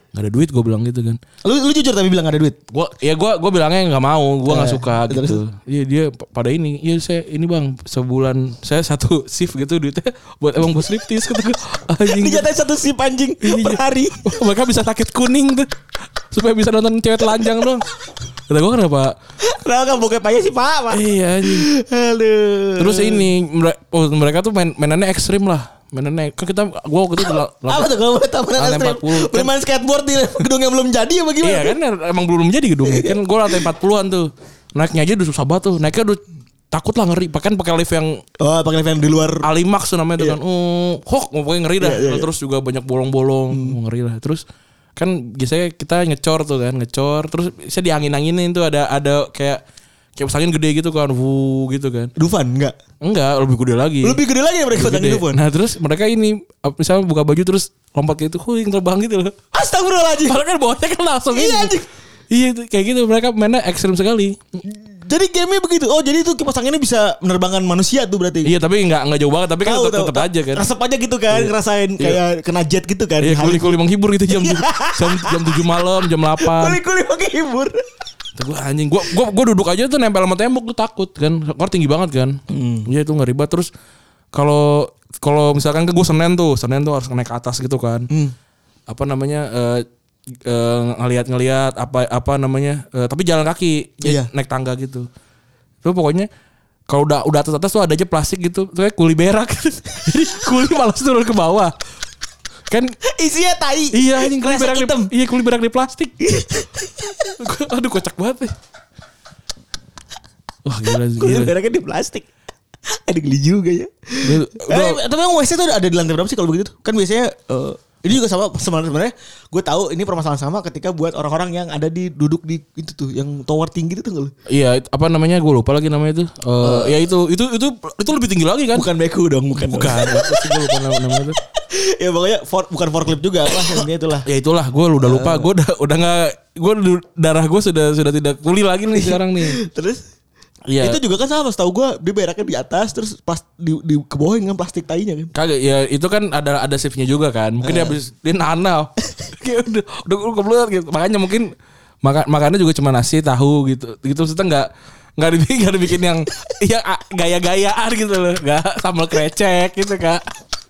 Gak ada duit gue bilang gitu kan. Lu jujur tapi bilang gak ada duit. Gue bilangnya nggak mau, gue nggak suka gitu. Iya dia pada ini, iya saya ini bang sebulan saya 1 shift gitu duitnya buat emang bos striptease kata gue. Anjing. Dijatain 1 shift anjing per hari. Mereka bisa sakit kuning tuh supaya bisa nonton cewek telanjang doang. Kata gue kenapa? Kenapa kan bokep aja sih Pak? Iya anjing. Aduh. Terus ini mereka tuh mainannya ekstrim lah. Mainannya kan kita gua waktu itu apa tuh kalau taman ekstrim? Bermain skateboard di gedung yang belum jadi apa gimana? Iya kan emang belum jadi gedungnya. Kan gua lantai 40-an tuh. Naiknya aja udah susah banget tuh. Naiknya udah takut lah ngeri. Pakai lift yang pakai lift yang di luar Alimax tuh namanya tuh kan. Pokoknya ngeri dah. Terus juga banyak bolong-bolong, ngeri lah. Terus kan biasanya kita ngecor tuh kan, terus saya diangin-anginin tuh ada kayak angin gede gitu kan, gitu kan. Dufan enggak, lebih gede lagi. Lebih gede lagi mereka pasangin Dufan. Nah terus mereka ini misalnya buka baju terus lompat gitu, yang terbang gitu loh. Astagfirullahaladzim. Padahal kan bawahnya kan langsung iya, ini. Iya kayak gitu mereka mainnya ekstrim sekali. Jadi gamenya begitu. Oh jadi itu kipas anginnya bisa menerbangkan manusia tuh berarti. Iya tapi enggak jauh banget, tapi kan tetap aja kan. Resep aja gitu kan, ngerasain kayak kena jet gitu kan. Iya kuli-kuli menghibur gitu jam 7 malam, jam 8. Kuli-kuli menghibur. Gue anjing, gue duduk aja tuh nempel sama tembok tuh takut kan, karena tinggi banget kan. Iya itu nggak ribet. Terus kalau misalkan gue Senin tuh harus naik ke atas gitu kan. Apa namanya ngelihat apa namanya tapi jalan kaki, naik tangga gitu. Tuh pokoknya kalau udah atas tuh ada aja plastik gitu, tuh kayak kuli berak. Jadi kuli malas turun ke bawah. Kan isinya tai. Iya anjing kuli berak di plastik. Aduh kocak banget nih. Wah gila. Kuli beraknya di plastik. Ada geli juga ya. Tapi yang WC tuh ada di lantai berapa sih kalau begitu? Kan biasanya ini juga sama sebenarnya gue tahu ini permasalahan sama ketika buat orang-orang yang ada duduk di itu tuh yang tower tinggi itu nggak lu? Iya apa namanya gue lupa lagi namanya itu. Ya itu lebih tinggi lagi kan? Bukan beku dong, bukan. Gue lupa namanya itu. Ya pokoknya bukan forklift juga apa intinya itulah. Ya itulah gue udah lupa. Gue udah nggak. Darah gue sudah tidak pulih lagi nih sekarang nih. Terus? Iya. Itu juga kan sama setahu gue dia beraknya di atas terus di ke bawah dengan plastik tainya kan. Kagak ya itu kan ada shiftnya juga kan. Mungkin dia nahan lah. Kayak udah kebelet gitu. Makanya mungkin makannya juga cuma nasi tahu gitu. Gitu maksudnya enggak dibikin yang ya gaya-gayaan gitu loh. Enggak sambal krecek gitu Kak.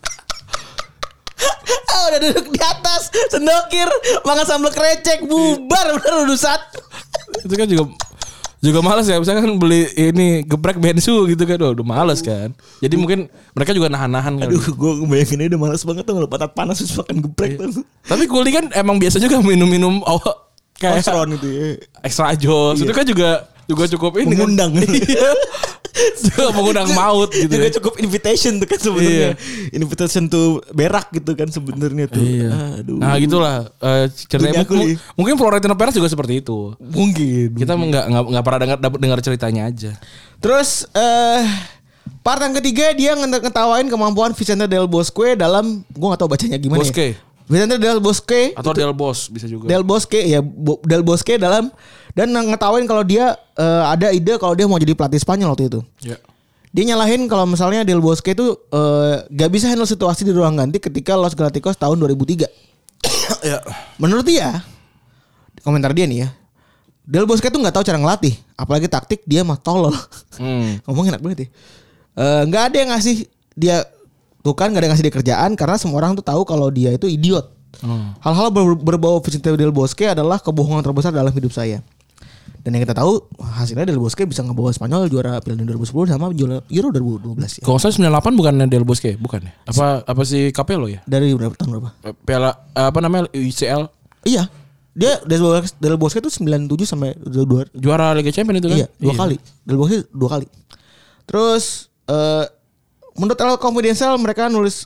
Udah duduk di atas sendokir makan sambal krecek bubar bener udah Itu kan juga malas ya, misalkan beli ini geprek bensu gitu kan, udah malas kan. Jadi mungkin mereka juga nahan-nahan kan. Aduh, gue bayanginnya udah malas banget tuh kalau panas terus makan geprek tuh. Tapi kuli kan emang biasa juga minum kayak Ostron gitu ya. Extra jos, itu kan juga cukup ini mengundang kan. Juga mengundang maut gitu. Juga cukup invitation tuh kan sebenarnya. Invitation tuh berak gitu kan sebenarnya tuh. Iya. Aduh. Nah gitulah ceritanya. Mungkin Florentino Perez juga seperti itu. Mungkin. Kita nggak pernah dengar ceritanya aja. Terus part yang ketiga dia ngetawain kemampuan Vicente Del Bosque dalam gue nggak tahu bacanya gimana. Bosque. Ya. Vicente Del Bosque atau Del Bos bisa juga. Del Bosque ya Del Bosque dalam dan ngetawain kalau dia ada ide kalau dia mau jadi pelatih Spanyol waktu itu. Yeah. Dia nyalahin kalau misalnya Del Bosque itu gak bisa handle situasi di ruang ganti ketika Los Galacticos tahun 2003. Yeah. Menurut dia, komentar dia nih ya, Del Bosque tuh nggak tahu cara ngelatih, apalagi taktik dia mah tolol. Ngomong enak banget ya. Nggak ada yang ngasih dia tuh kan gak ada yang ngasih dia kerjaan karena semua orang tuh tahu kalau dia itu idiot. Hal-hal berbau Vicente Del Bosque adalah kebohongan terbesar dalam hidup saya. Dan yang kita tahu hasilnya Del Bosque bisa ngebawa Spanyol juara Piala Dunia 2010 sama juara Euro 2012 ya. Kalau saya 98 bukan Del Bosque, bukan ya? Apa si Capello ya? Dari berapa tahun berapa? Piala apa namanya UCL? Iya. Dia Del Bosque itu 97 sampai 2 juara Liga Champions itu kan? Iya, 2 kali. Del Bosque 2 kali. Terus menurut El Confidencial mereka nulis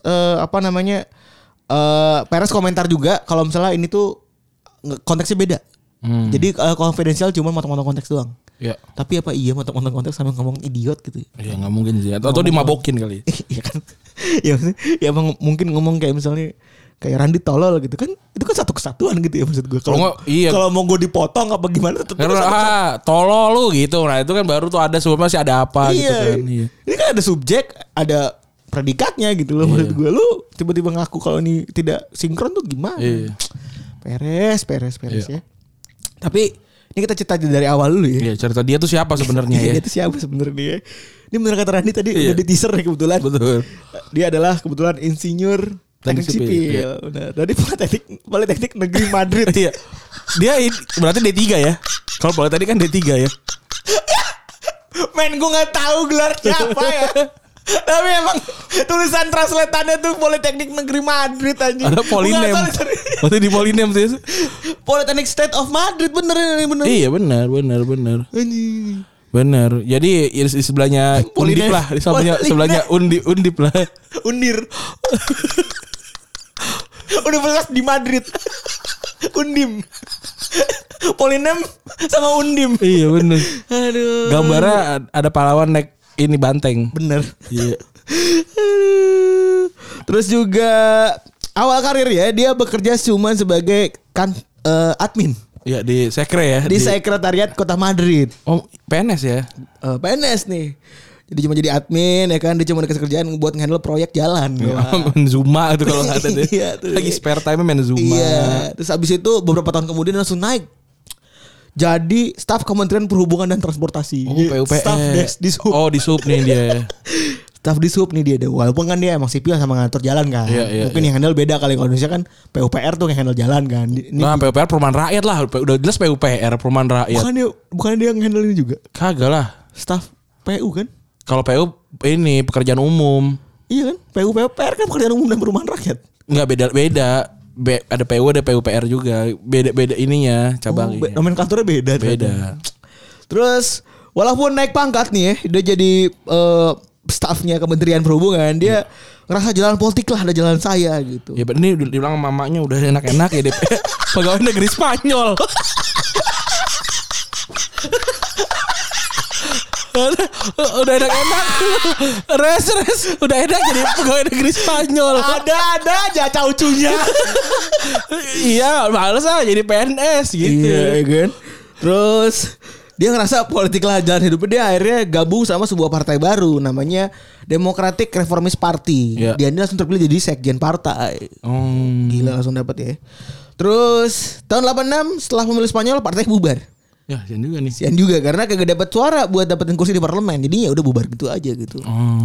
Perez komentar juga kalau misalnya ini tuh konteksnya beda. Jadi Confidencial cuma motong-motong konteks doang. Iya. Tapi apa iya motong-motong konteks sambil ngomong idiot gitu? Iya nggak mungkin sih. Atau dimabokin kali. Iya kan? Ya mungkin ngomong kayak misalnya kayak Randy tolol gitu kan? Itu kan satu kesatuan gitu ya maksud gue. Kalau mau gue dipotong apa gimana? Karena tolol lu gitu. Nah itu kan baru tuh ada sebelumnya masih ada apa gitu kan? Iya. Ini kan ada subjek, ada predikatnya gitu loh maksud gue. Lu tiba-tiba ngaku kalau ini tidak sinkron tuh gimana? Iya. Perez ya. Tapi ini kita cerita dari awal dulu ya. Iya, cerita dia tuh siapa sebenarnya ya? Dia tuh siapa sebenarnya? Ini benar kata Randi tadi udah di teaser ya kebetulan. Betul. Dia adalah kebetulan insinyur teknik sipil. Iya. Benar. Dari Politeknik Negeri Madrid. Iya. Dia berarti D3 ya? Kalau Politeknik kan D3 ya. Men gue nggak tahu gelar siapa ya. Tapi emang tulisan translatannya tuh Politeknik Negeri Madrid anjing. Ada Polinem. Berarti di Polinem tuh ya? Politeknik State of Madrid bener. Iya benar. Anjing. Benar. Jadi di sebelahnya Undip lah, di sebelahnya Undip lah. Undir. Universitas di Madrid. Undim. Polinem sama Undim. Iya benar. Aduh. Gambarnya ada pahlawan naik ini banteng. Bener. Iya. Terus juga awal karir ya dia bekerja cuma sebagai admin. Iya di Sekre ya. Di Sekretariat Kota Madrid. Oh PNS ya. PNS nih. Jadi cuma jadi admin ya kan. Dia cuma dikasih kerjaan buat handle proyek jalan. Main Zuma itu kalau nggak ada deh. Iya, tuh. Lagi spare time main Zuma. Iya. Terus abis itu beberapa tahun kemudian langsung naik. Jadi staf Kementerian Perhubungan dan Transportasi. Oh PUPR. Staf Dishub. Oh Dishub nih dia. Staf Dishub nih dia. Walaupun kan dia emang sipil sama ngatur jalan kan. Iya, Mungkin yang handle beda kali. Kalau Indonesia kan PUPR tuh yang handle jalan kan. Nah PUPR perumahan rakyat lah. Udah jelas PUPR perumahan rakyat. Bukannya dia yang handle ini juga. Kagak lah. Staf PU kan. Kalau PU ini pekerjaan umum. Iya kan. PUPR kan pekerjaan umum dan perumahan rakyat. Enggak beda. Ada PU ada PUPR juga. Beda ininya cabangnya. Nomenklaturnya beda. Beda. Terus walaupun naik pangkat nih ya, dia jadi stafnya Kementerian Perhubungan, dia ngerasa jalan politik lah, ada jalan saya gitu. Ya ini dibilang mamanya udah enak-enak ya DP. Pegawai negeri Spanyol. Udah enak-enak. Res udah enak jadi pegawai negeri Spanyol. Ada aja caucunya. Iya, males lah jadi PNS gitu. Iya kan. Terus dia ngerasa politik lah jalan hidupnya, dia akhirnya gabung sama sebuah partai baru namanya Democratic Reformist Party. Yeah. Dia langsung terpilih jadi sekjen partai. Gila langsung dapat ya. Terus tahun 86 setelah pemilu Spanyol partai bubar. Ya, sian juga nih. Sian juga karena kagak dapat suara buat dapetin kursi di parlemen. Jadi ya udah bubar gitu aja gitu.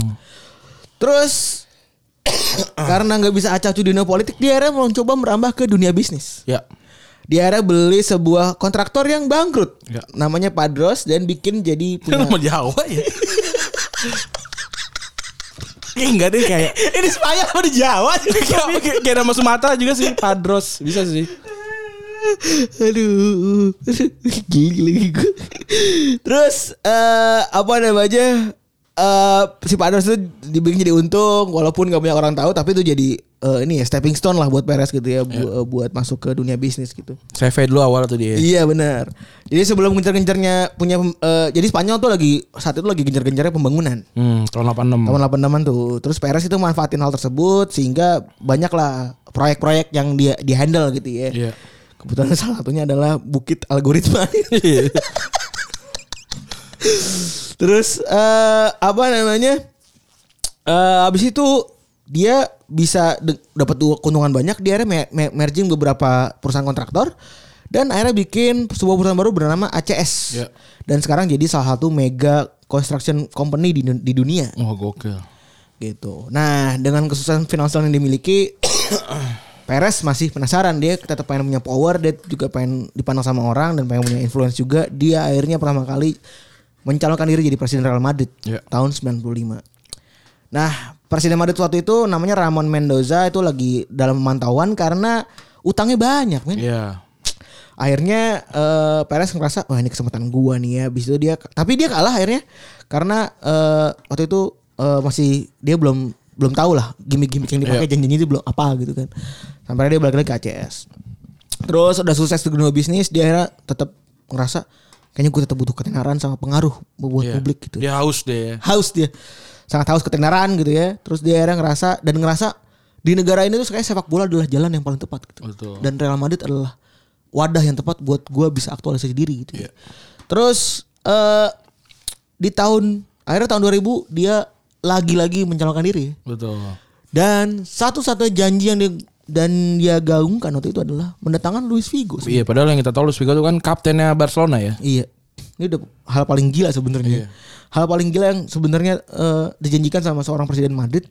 Terus karena nggak bisa acak di dunia politik, dia akhirnya mau coba merambah ke dunia bisnis. Ya. Dia akhirnya beli sebuah kontraktor yang bangkrut. Ya. Namanya Padros dan bikin jadi punya. Nama Jawa ya. Enggak deh kayak Ini Spanyol apa di Jawa sih? kayak nama Sumatera juga sih Padros bisa sih. Aduh, gila gue. Terus apa namanya? Si Padros itu dibikin jadi untung, walaupun gak banyak orang tahu, tapi itu jadi ini ya stepping stone lah buat Perez gitu ya, buat masuk ke dunia bisnis gitu. CV dulu awal tuh dia. Iya benar. Jadi sebelum gencar-gencarnya punya, jadi Spanyol tuh saat itu lagi gencar-gencarnya pembangunan. Tahun 86. Tahun 86 tuh. Terus Perez itu manfaatin hal tersebut sehingga banyak lah proyek-proyek yang dia handle gitu ya. Iya. Kebetulan salah satunya adalah Bukit Algoritma. Terus apa namanya? Habis itu dia bisa dapat keuntungan banyak. Dia akhirnya merging beberapa perusahaan kontraktor dan akhirnya bikin sebuah perusahaan baru bernama ACS. Yeah. Dan sekarang jadi salah satu mega construction company di dunia. Oh gokil. Gitu. Nah, dengan kesuksesan finansial yang dimiliki, Perez masih penasaran, dia tetap pengen punya power, dia juga pengen dipandang sama orang dan pengen punya influence juga. Dia akhirnya pertama kali mencalonkan diri jadi presiden Real Madrid tahun 95. Nah, presiden Madrid waktu itu namanya Ramon Mendoza, itu lagi dalam pemantauan karena utangnya banyak, men. Iya. Akhirnya Perez ngerasa, wah ini kesempatan gua nih ya. Habis itu tapi dia kalah akhirnya karena waktu itu masih dia belum tahu lah gimmick-gimmick yang dipakai, janji-janji itu belum apa gitu kan. Sampai dia balik lagi ke ACS. Terus udah sukses di dunia bisnis, dia akhirnya tetap ngerasa kayaknya gue tetap butuh ketenaran sama pengaruh buat publik gitu. Dia haus deh. Haus dia. Sangat haus ketenaran gitu ya. Terus dia akhirnya ngerasa di negara ini tuh kayak sepak bola adalah jalan yang paling tepat gitu. Betul. Dan Real Madrid adalah wadah yang tepat buat gue bisa aktualisasi diri gitu. Yeah. Terus di akhirnya tahun 2000 dia lagi-lagi mencalonkan diri. Betul. Dan satu-satunya janji yang dia dan dia gaungkan waktu itu adalah mendatangkan Luis Figo. Iya, padahal yang kita tahu Luis Figo itu kan kaptennya Barcelona ya. Iya. Ini udah hal paling gila sebenarnya. Iya. Hal paling gila yang sebenarnya dijanjikan sama seorang presiden Madrid.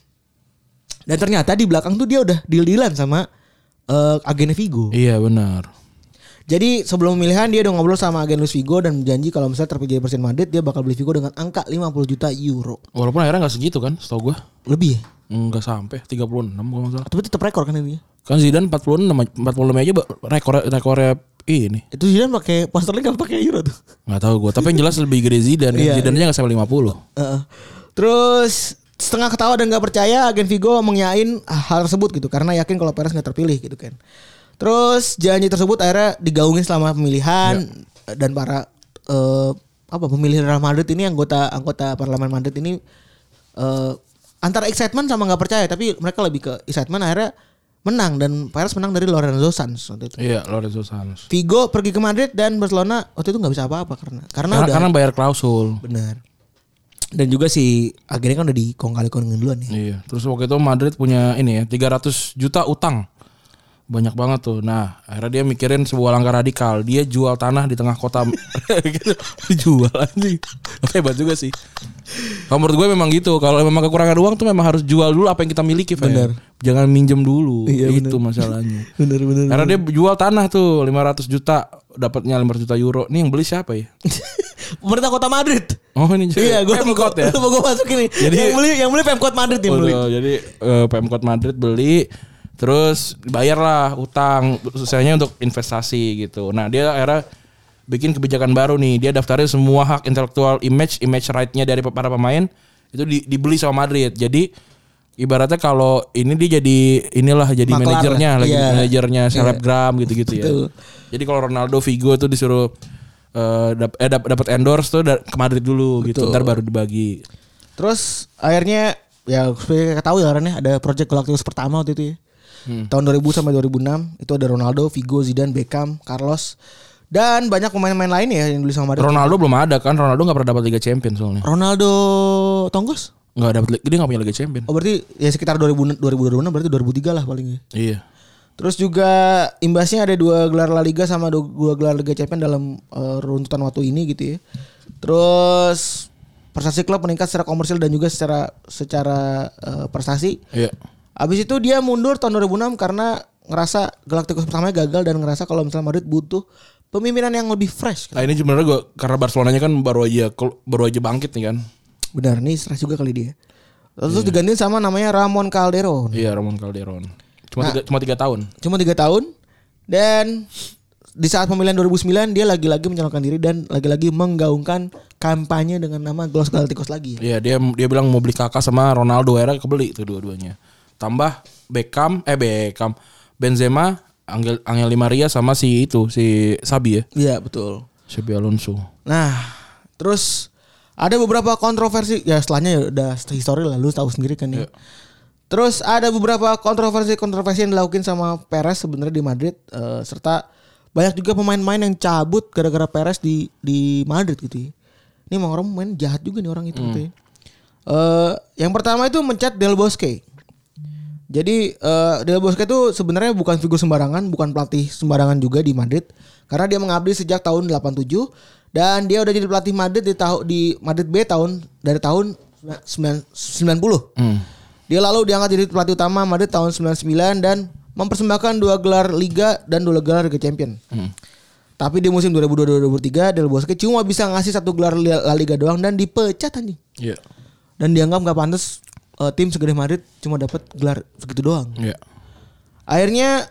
Dan ternyata di belakang tuh dia udah deal-dealan sama agennya Figo. Iya, benar. Jadi sebelum pemilihan dia udah ngobrol sama agen Luis Figo dan berjanji kalau misalnya terpilih presiden Madrid dia bakal beli Figo dengan angka 50 juta euro. Walaupun akhirnya gak segitu kan, setahu gue. Lebih ya? Enggak sampai 36 kalau nggak salah. Tapi tetap rekor kan ini. Kan Zidane 45 aja rekornya ini. Itu Zidane pakai posternya enggak pakai euro tuh. Enggak tahu gue, tapi yang jelas lebih gede Zidane. Iya, Zidane-nya enggak sampai 50. Terus setengah ketawa dan nggak percaya agen Figo mengiyain hal tersebut gitu karena yakin kalau Perez nggak terpilih gitu kan. Terus janji tersebut akhirnya digaungin selama pemilihan dan para pemilih Real Madrid ini anggota parlemen Madrid ini antara excitement sama nggak percaya tapi mereka lebih ke excitement akhirnya menang dan Perez menang dari Lorenzo Sanz waktu itu. Iya, Lorenzo Sanz. Figo pergi ke Madrid dan Barcelona waktu itu nggak bisa apa-apa karena bayar klausul. Benar. Dan juga si agennya kan udah dikong-kali-kongin duluan ya. Iya. Terus waktu itu Madrid punya ini ya 300 juta utang. Banyak banget tuh. Nah, akhirnya dia mikirin sebuah langkah radikal. Dia jual tanah di tengah kota. Gitu. Dijual anjing. Hebat juga sih. Kalau menurut gue memang gitu. Kalau memang kekurangan uang tuh memang harus jual dulu apa yang kita miliki. Bener. Jangan minjem dulu. Iya, itu bener. masalahnya. Bener. Karena dia jual tanah tuh 500 juta. Dapatnya 500 juta euro. Nih yang beli siapa ya? Pemerintah Kota Madrid. Oh ini Iya, gue Pemkot ya. Mau gue masukin nih. Jadi yang beli Pemkot Madrid yang beli. Jadi Pemkot Madrid beli. Terus bayarlah utang selesainya untuk investasi gitu. Nah dia akhirnya bikin kebijakan baru nih. Dia daftarin semua hak intelektual image right-nya dari para pemain itu dibeli sama Madrid. Jadi ibaratnya kalau ini dia jadi manajernya lagi manajernya selebgram gitu-gitu ya. Jadi kalau Ronaldo, Figo itu disuruh dapat endorse tuh ke Madrid dulu. Betul. Gitu. Ntar baru dibagi. Terus akhirnya ya seperti kita tahu ya karena ada project Galacticos pertama waktu itu ya. Tahun 2000 sampai 2006 itu ada Ronaldo, Figo, Zidane, Beckham, Carlos dan banyak pemain-pemain lain ya yang dibeli sama Madrid. Ronaldo belum ada kan? Ronaldo nggak pernah dapat Liga Champions soalnya. Ronaldo Tonggos? Nggak dapat, dia nggak punya Liga Champions. Oh berarti ya sekitar 2006 berarti 2003 lah paling ya. Iya. Terus juga imbasnya ada 2 gelar La Liga sama 2 gelar Liga Champions dalam runtutan waktu ini gitu ya. Terus prestasi klub meningkat secara komersial dan juga secara prestasi. Iya. Abis itu dia mundur tahun 2006 karena ngerasa Galacticos pertamanya gagal dan ngerasa kalau misalnya Madrid butuh pemimpinan yang lebih fresh. Nah ini sebenarnya gue karena Barcelonanya kan baru aja bangkit nih kan. Benar, nih stres juga kali dia. Terus digantiin sama namanya Ramon Calderon. Iya, Ramon Calderon. Cuma 3 tahun. Cuma 3 tahun. Dan di saat pemilihan 2009 dia lagi-lagi mencalonkan diri dan lagi-lagi menggaungkan kampanye dengan nama Los Galacticos lagi. Iya, dia bilang mau beli Kakak sama Ronaldo, era kebeli tuh dua-duanya. Tambah Beckham, Benzema, Angel Di Maria sama si Sabi ya. Iya, betul. Xabi Alonso. Nah, terus ada beberapa kontroversi ya setelahnya ya udah histori lah lu tahu sendiri kan ya. Terus ada beberapa kontroversi yang dilakukan sama Perez sebenarnya di Madrid serta banyak juga pemain-pemain yang cabut gara-gara Perez di Madrid gitu ya. Ini emang orang main jahat juga nih orang itu gitu ya. Yang pertama itu mencat Del Bosque. Jadi Del Bosque itu sebenarnya bukan figur sembarangan, bukan pelatih sembarangan juga di Madrid karena dia mengabdi sejak tahun 87 dan dia udah jadi pelatih Madrid di Madrid B dari tahun 90. Dia lalu diangkat jadi pelatih utama Madrid tahun 99 dan mempersembahkan 2 gelar Liga dan 2 gelar Liga Champions. Tapi di musim 2002-2003 Del Bosque cuma bisa ngasih 1 gelar La Liga doang dan dipecat anjing. Iya. Dan dianggap enggak pantas tim segede Madrid cuma dapat gelar segitu doang. Iya. Akhirnya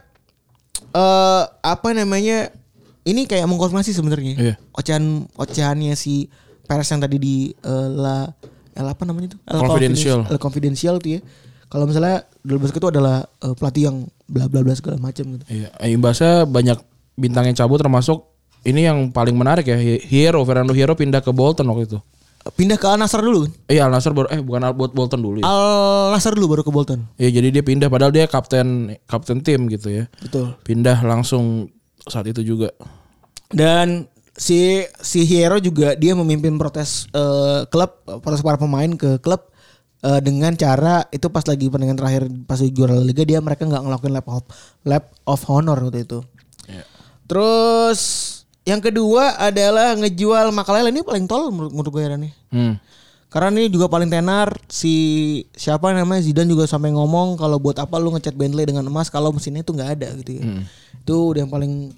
ini kayak mengkonfirmasi sebenarnya. Iya. Ocehannya si Perez yang tadi di apa namanya itu? Confidential itu ya. Kalau misalnya Del Bosque itu adalah pelatih yang bla bla bla segala macam gitu. Iya. Imbasnya banyak bintang yang cabut termasuk ini yang paling menarik ya. Fernando Hierro pindah ke Bolton waktu itu. Pindah ke Al Nassr dulu kan? Iya Al Nassr baru bukan Bolton dulu ya. Al Nassr dulu baru ke Bolton. Iya jadi dia pindah padahal dia kapten tim gitu ya. Betul. Pindah langsung saat itu juga. Dan si Hierro juga dia memimpin protes protes para pemain ke klub dengan cara itu pas lagi pertandingan terakhir pas juara Liga mereka nggak ngelakuin lap of honor waktu itu. Yeah. Terus yang kedua adalah ngejual Makelele. Ini paling tol menurut gue nih. Karena ini juga paling tenar. Si siapa namanya Zidane juga sampai ngomong kalau buat apa lu ngecat Bentley dengan emas kalau mesinnya itu nggak ada gitu ya. Itu udah yang paling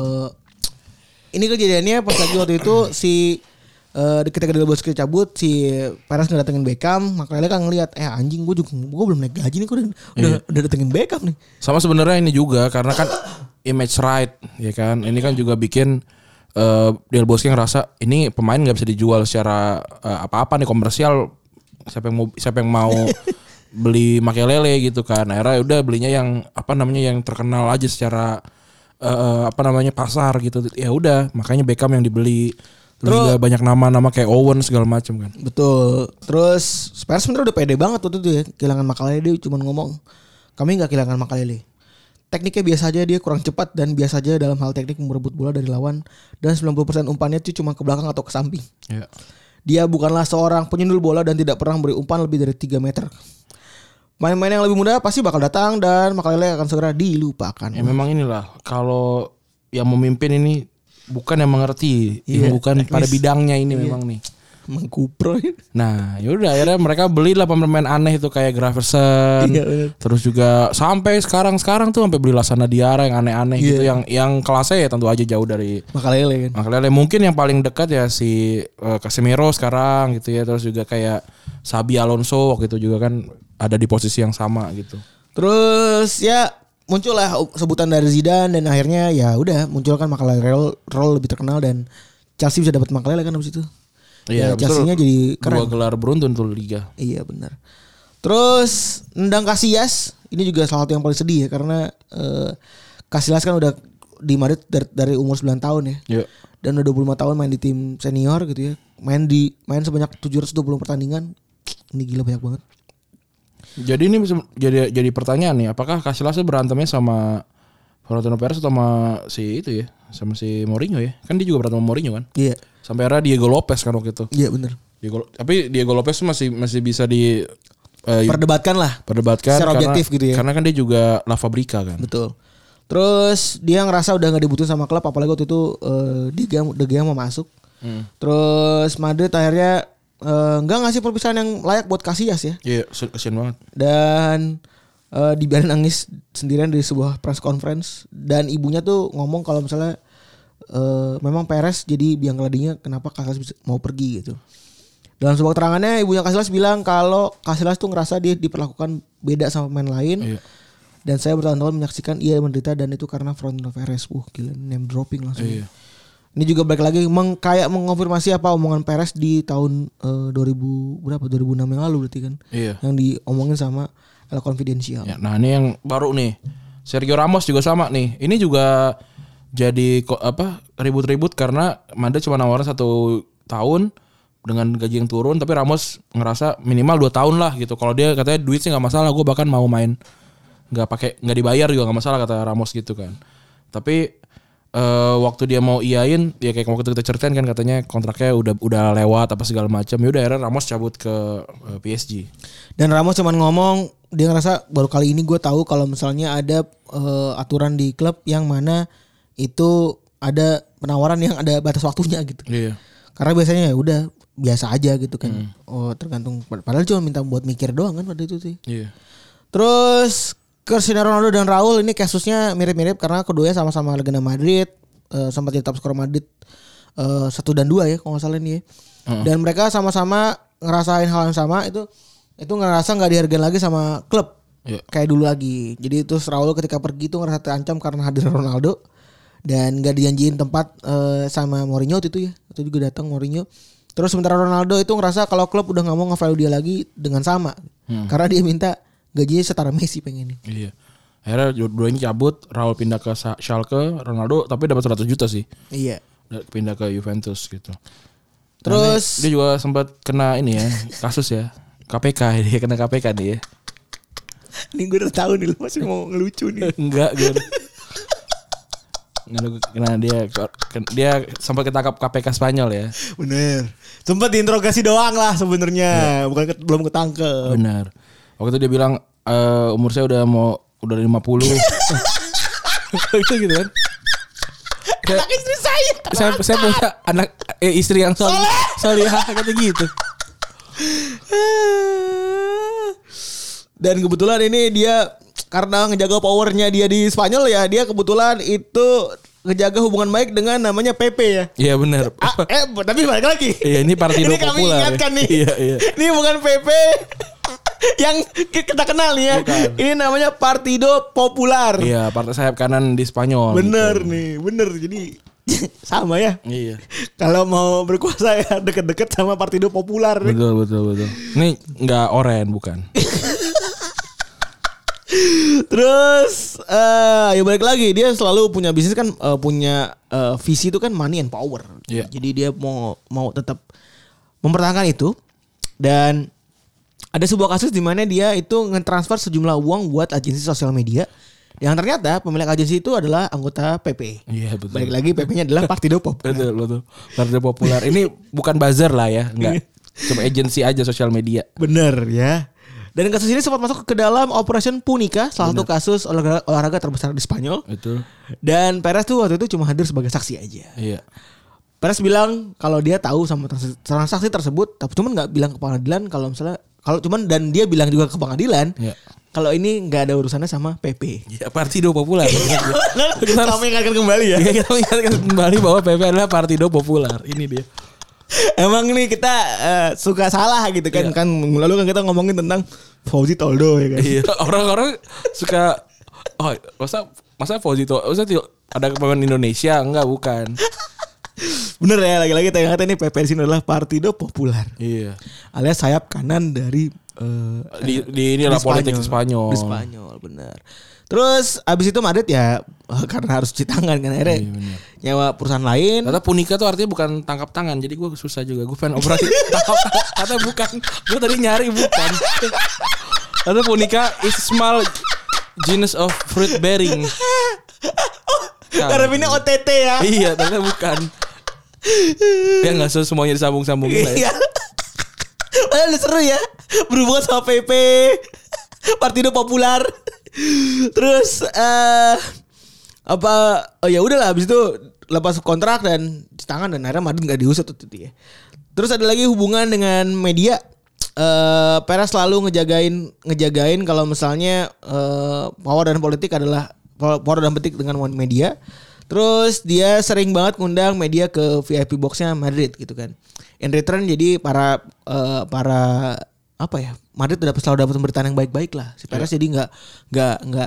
ini kejadiannya pas lagi waktu itu si ketika Del Bosque cabut si Perez ngedatengin Beckham, Makelele kan ngelihat anjing gue belum naik gaji nih, gue udah datengin Beckham nih. Sama sebenarnya ini juga karena kan image right ya kan. Ini kan juga bikin Del Bosque ngerasa ini pemain nggak bisa dijual secara apa-apa nih komersial. Siapa yang mau beli Makelele gitu kan. Akhirnya udah belinya yang yang terkenal aja secara pasar gitu. Ya udah makanya Beckham yang dibeli. Terus juga banyak nama-nama kayak Owen segala macam kan. Betul. Terus Spurs sebenarnya udah pede banget waktu itu ya kehilangan Makelele. Dia cuma ngomong kami nggak kehilangan Makelele. Tekniknya biasa aja, dia kurang cepat dan biasa aja dalam hal teknik merebut bola dari lawan dan 90% umpannya itu cuma ke belakang atau ke samping. Yeah. Dia bukanlah seorang penyundul bola dan tidak pernah memberi umpan lebih dari 3 meter. Main-main yang lebih muda pasti bakal datang dan Makelele akan segera dilupakan. Ya memang inilah kalau yang memimpin ini bukan yang mengerti, bukan pada bidangnya ini memang nih. Mengkupro. Nah, yaudah akhirnya mereka belilah pemain aneh itu kayak Graversen. Terus juga sampai sekarang tuh sampai beli Lassana Diarra yang aneh-aneh gitu yang kelasnya ya tentu aja jauh dari Makelele kan. Makelele mungkin yang paling dekat ya si Casemiro sekarang gitu ya. Terus juga kayak Xabi Alonso waktu itu juga kan ada di posisi yang sama gitu. Terus ya muncullah sebutan dari Zidane dan akhirnya ya udah muncul kan Makelele role lebih terkenal dan Chelsea bisa dapat Makelele kan abis itu. Iya, ya, Chelsea-nya jadi keren. 2 gelar beruntun tuh Liga. Iya benar. Terus nendang Casillas ini juga salah satu yang paling sedih ya karena Casillas kan udah di Madrid dari umur 9 tahun ya. Iya. Dan udah 25 tahun main di tim senior gitu ya. Main sebanyak 720 pertandingan. Ini gila banyak banget. Jadi ini jadi pertanyaan nih, apakah Casillas berantemnya sama Florentino Perez atau sama si itu ya, sama si Mourinho ya? Kan dia juga berantem sama Mourinho kan? Iya. Sampai era Diego Lopez kan waktu itu. Iya benar. Tapi Diego Lopez masih bisa perdebatkan secara objektif gitu ya. Karena kan dia juga La Fabrica kan. Betul. Terus dia ngerasa udah gak dibutuhin sama klub, apalagi waktu itu De Gea mau masuk. Terus Madrid akhirnya nggak ngasih perpisahan yang layak buat Casillas ya. Iya, kasian banget. Dan dibiarin nangis sendirian di sebuah press conference dan ibunya tuh ngomong kalau misalnya memang Perez jadi biang keladinya kenapa Casillas mau pergi gitu. Dalam sebuah keterangannya ibunya Casillas bilang kalau Casillas tuh ngerasa dia diperlakukan beda sama pemain lain. Iya. Dan saya bertahun-tahun menyaksikan ia menderita dan itu karena Florentino Perez. Gila name dropping langsung. Iya. Ini juga balik lagi kayak mengonfirmasi apa omongan Perez di tahun 2006 yang lalu berarti kan. Iya. Yang diomongin sama El Confidencial. Ya, nah ini yang baru nih. Sergio Ramos juga sama nih. Ini juga jadi ribut-ribut karena Madrid cuma nawarin 1 tahun dengan gaji yang turun, tapi Ramos ngerasa minimal 2 tahun lah gitu. Kalau dia katanya duit sih nggak masalah, gue bahkan mau main nggak dibayar juga nggak masalah kata Ramos gitu kan. Tapi waktu dia mau iyain ya kayak waktu kita ceritain kan katanya kontraknya udah lewat apa segala macam. Ya udah akhirnya Ramos cabut ke PSG. Dan Ramos cuman ngomong dia ngerasa baru kali ini gue tahu kalau misalnya ada aturan di klub yang mana itu ada penawaran yang ada batas waktunya gitu. Iya. Karena biasanya ya udah biasa aja gitu kan. Oh tergantung. Padahal cuma minta buat mikir doang kan pada itu sih. Iya. Terus Cristiano Ronaldo dan Raul ini kasusnya mirip-mirip karena keduanya sama-sama legenda Madrid, sempat jadi top skor Madrid 1 dan 2 ya kalau nggak salah ini ya. Dan mereka sama-sama ngerasain hal yang sama itu ngerasa nggak dihargain lagi sama klub kayak dulu lagi. Jadi terus Raul ketika pergi itu ngerasa terancam karena hadir Ronaldo dan nggak dijanjiin tempat sama Mourinho itu ya. Itu juga datang Mourinho. Terus sementara Ronaldo itu ngerasa kalau klub udah nggak mau nge-value dia lagi dengan sama karena dia minta gajinya setara Messi pengen nih. Iya. Akhirnya dua-duanya cabut, Raul pindah ke Schalke, Ronaldo tapi dapat 100 juta sih. Iya. Pindah ke Juventus gitu. Terus dia juga sempat kena ini ya, kasus ya. KPK, dia kena KPK nih ya. Ini gue udah tahu nih lu masih mau ngelucu nih. Enggak Karena dia sampai ketangkap KPK Spanyol ya. Bener. Sempat diinterogasi doang lah sebenarnya, belum ketangkep. Benar. Waktu itu dia bilang umur saya udah 50. Itu gitu kan. Anak istri saya punya anak istri yang solihah kata gitu. Dan kebetulan ini dia karena ngejaga powernya dia di Spanyol ya, dia kebetulan itu ngejaga hubungan baik dengan namanya Pepe ya. Iya benar. Tapi balik lagi. Iya ini Partido Ini kami Popular. ingatkan nih. Iya. Ini bukan Pepe yang kita kenal nih ya. Bukan. Ini namanya Partido Popular. Iya, partai sayap kanan di Spanyol. Bener gitu. nih, bener. Jadi sama ya. Iya. Kalau mau berkuasa ya deket-deket sama Partido Popular. Betul. Ini nggak oren bukan. Terus ya balik lagi, dia selalu punya bisnis kan, punya visi itu kan money and power. Iya. Jadi dia mau tetap mempertahankan itu. Dan ada sebuah kasus di mana dia itu ngetransfer sejumlah uang buat agensi sosial media. Yang ternyata pemilik agensi itu adalah anggota PP. Iya betul. Balik lagi PP-nya adalah Partido Popular. Betul. Partido Popular. Ini bukan buzzer lah ya, enggak. Cuma agensi aja sosial media. Bener ya. Dan kasus ini sempat masuk ke dalam Operation Punica, salah satu kasus olahraga terbesar di Spanyol. Betul. Dan Perez tuh waktu itu cuma hadir sebagai saksi aja. Iya. Perez bilang kalau dia tahu sama transaksi tersebut, tapi cuman nggak bilang ke pengadilan dan dia bilang juga ke pengadilan kalau ini nggak ada urusannya sama PP. Ya, Partido Popular. Kami ingatkan kembali ya. Kita ingatkan kembali bahwa PP adalah Partido Popular. Ini dia. Emang nih kita suka salah gitu kan. Kan lalu kan kita ngomongin tentang Fauzi Toldo ya kan. Iya, orang-orang suka masa Fauzi Toldo ada pemain Indonesia? Enggak, bukan. Bener ya, lagi-lagi ternyata ini PP di sini adalah Partido Popular. Iya. Alias sayap kanan dari di inilah politik Spanyol. Di Spanyol, benar. Terus abis itu Madrid ya karena harus cuci tangan kan akhirnya nyewa perusahaan lain. Ternyata Punika tuh artinya bukan tangkap tangan. Jadi gue susah juga. Gue pengen operasi tangkap tangan. Ternyata bukan. Gue tadi nyari bukan. Ternyata Punika is small genus of fruit bearing. Karena ini OTT ya. Iya, ternyata bukan. Ya nggak semuanya disambung-sambungin lah ya. Padahal seru ya berhubungan sama PP Partido Popular. Terus ya udahlah habis itu lepas kontrak dan di tangan dan akhirnya Madrid nggak diusut tuh ya. Terus ada lagi hubungan dengan media. Perez selalu ngejagain kalau misalnya power dan politik adalah power dan politik dengan media. Terus dia sering banget ngundang media ke VIP boxnya Madrid gitu kan. In return jadi para apa ya, Madrid selalu dapat pemberitaan yang baik-baik lah. Si Perez jadi nggak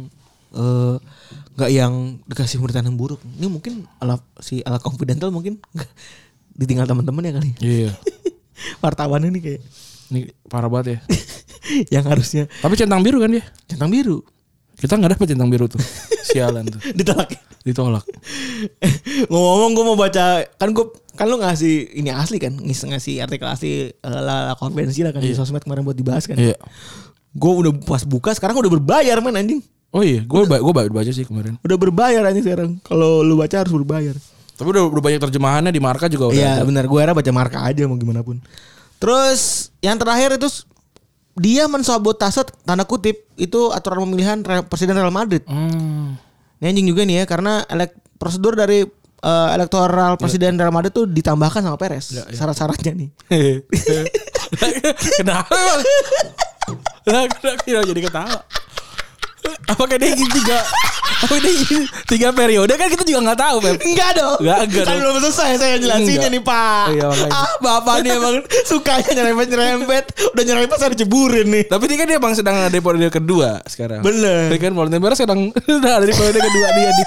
yang dikasih pemberitaan yang buruk. Ini mungkin ala confidential mungkin ditinggal teman-teman ya kali. Iya. Wartawan ini kayak ini parah banget ya. Yang harusnya. Tapi centang biru kan dia? Centang biru. Kita nggak dapet centang biru tuh. Sialan tuh. Ditolak. Ngomong gue mau baca kan lu ngasih ini asli kan, ngasih artikel asli la konvensi lah kan di sosmed kemarin buat dibahas kan. Iya. Gue udah pas buka sekarang udah berbayar man anjing. Oh iya, gue baca sih kemarin. Udah berbayar anjing sekarang. Kalau lu baca harus berbayar. Tapi udah banyak terjemahannya di Marka juga udah. Iya benar, gue era baca Marka aja mau gimana pun. Terus yang terakhir itu dia mensabotase tanda kutip itu aturan pemilihan presiden Real Madrid. Ini anjing juga nih ya karena prosedur dari elektoral presiden Real Madrid tuh ditambahkan sama Perez. Syarat-syaratnya nih. Kenapa? Kenapa jadi ketawa? Apakah dia ingin tiga periode kan kita juga nggak tahu, Pep. Enggak dong. Enggak kan belum selesai saya jelasinnya nih, Pak. Iya, Bapak nih emang sukanya nyerempet. Udah nyerempet saya diceburin nih. Tapi ini kan dia emang sedang ada di periode kedua sekarang. Bener. Kan Florentino Perez sedang ada di periode kedua dia di.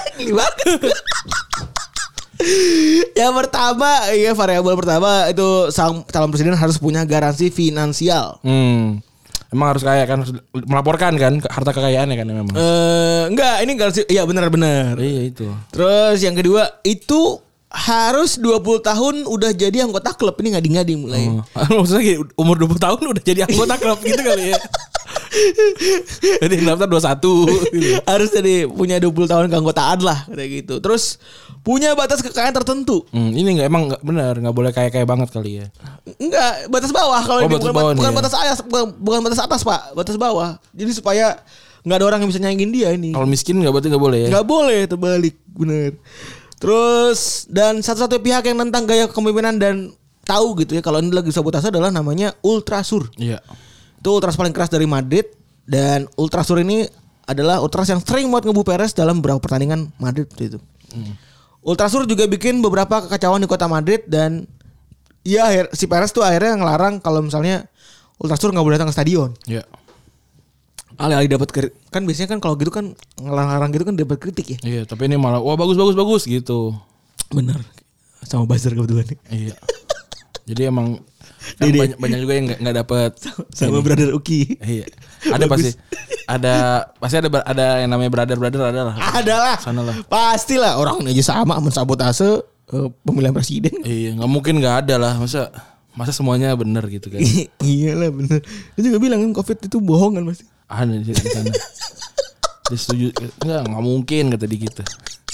Yang pertama, variabel pertama itu sang calon presiden harus punya garansi finansial. Emang harus kaya kan, melaporkan kan harta kekayaannya kan memang. Enggak, ini garansi. Iya benar. Iya itu. Terus yang kedua itu harus 20 tahun udah jadi anggota klub. Ini ngadi-ngadi mulai. Maksudnya umur 20 tahun udah jadi anggota klub gitu kali ya. Jadi daftar 21 gitu. Harus jadi punya 20 tahun keanggotaan lah kayak gitu. Terus punya batas kekayaan tertentu. Ini nggak benar, nggak boleh kayak banget kali ya. Enggak, batas bawah kalau ini batas bawah bukan nih, batas atas, bukan batas atas, Pak. Batas bawah. Jadi supaya nggak ada orang yang bisa nyaingin dia ini. Kalau miskin nggak berarti nggak boleh ya. Nggak boleh, terbalik, bener. Terus dan satu-satu pihak yang tentang gaya kepemimpinan dan tahu gitu ya kalau ini lagi sabotase adalah namanya Ultrasur. Iya. Itu ultras paling keras dari Madrid dan Ultrasur ini adalah ultras yang sering buat ngebu Perez dalam beberapa pertandingan Madrid itu. Ultrasur juga bikin beberapa kekacauan di kota Madrid dan ya si Perez tuh akhirnya ngelarang kalau misalnya Ultrasur nggak boleh datang ke stadion. Iya. Alih-alih dapat kan biasanya kan kalau gitu kan ngelarang gitu kan dapat kritik ya. Iya, tapi ini malah wah bagus gitu. Benar. Sama buzzer kebetulan. Iya. Jadi emang kan banyak juga yang nggak dapat sama Brother Uki. Iya. Ada pasti ada yang namanya brother ada lah. Ada lah. Sana lah. Pastilah orang aja sama mensabotase pemilihan presiden. Iya, nggak mungkin nggak ada lah. Masa semuanya benar gitu kan. Iyalah benar. Dia juga bilang kan Covid itu bohong kan pasti. Ada di sana. Dia setuju nggak mungkin kata dia gitu.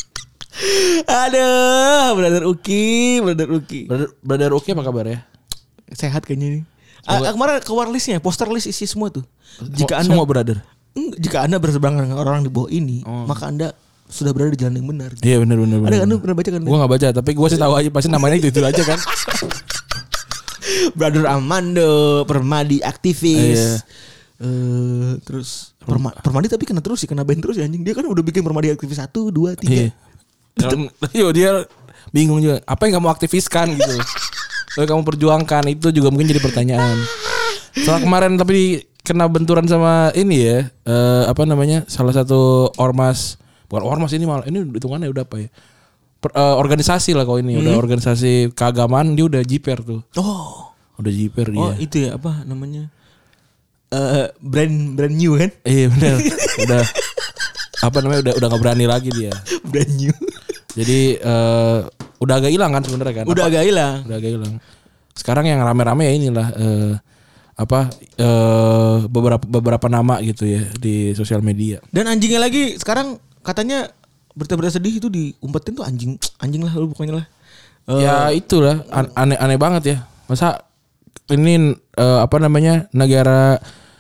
Aduh, Brother Uki. Brother Uki apa kabar ya? Sehat kayaknya nih. Kemarin keluar listnya, poster list isi semua tuh. Semua brother. Jika Anda berseberangan dengan orang di bawah ini, maka Anda sudah berada di jalan yang benar. Iya benar. Ada kan lu pernah baca kan? Gua enggak baca, tapi gua sih tahu aja pasti namanya itu aja kan. Brother Armando, Permadi aktivis. Iya. Terus Permadi tapi kena terus sih, kena ban terus ya anjing. Dia kan udah bikin Permadi aktivis 1, 2, 3. Iya. Dia bingung juga. Apa yang kamu aktiviskan gitu? Yang kamu perjuangkan itu juga mungkin jadi pertanyaan. Soal kemarin tapi kena benturan sama ini ya, salah satu ormas, bukan ormas ini malah ini hitungannya udah apa ya? Organisasi lah kalau ini udah organisasi keagamaan dia udah jiper tuh. Oh, udah jiper dia. Oh itu ya apa namanya? Brand new kan? Iya benar. udah nggak berani lagi dia. Brand new. Jadi udah agak hilang kan sebenarnya kan? Udah agak hilang. Sekarang yang rame-rame ya inilah beberapa nama gitu ya di sosial media. Dan anjingnya lagi sekarang katanya berita-berita sedih itu diumpetin tuh anjing lah lu pokoknya lah. Ya itulah aneh banget ya. Masa ini negara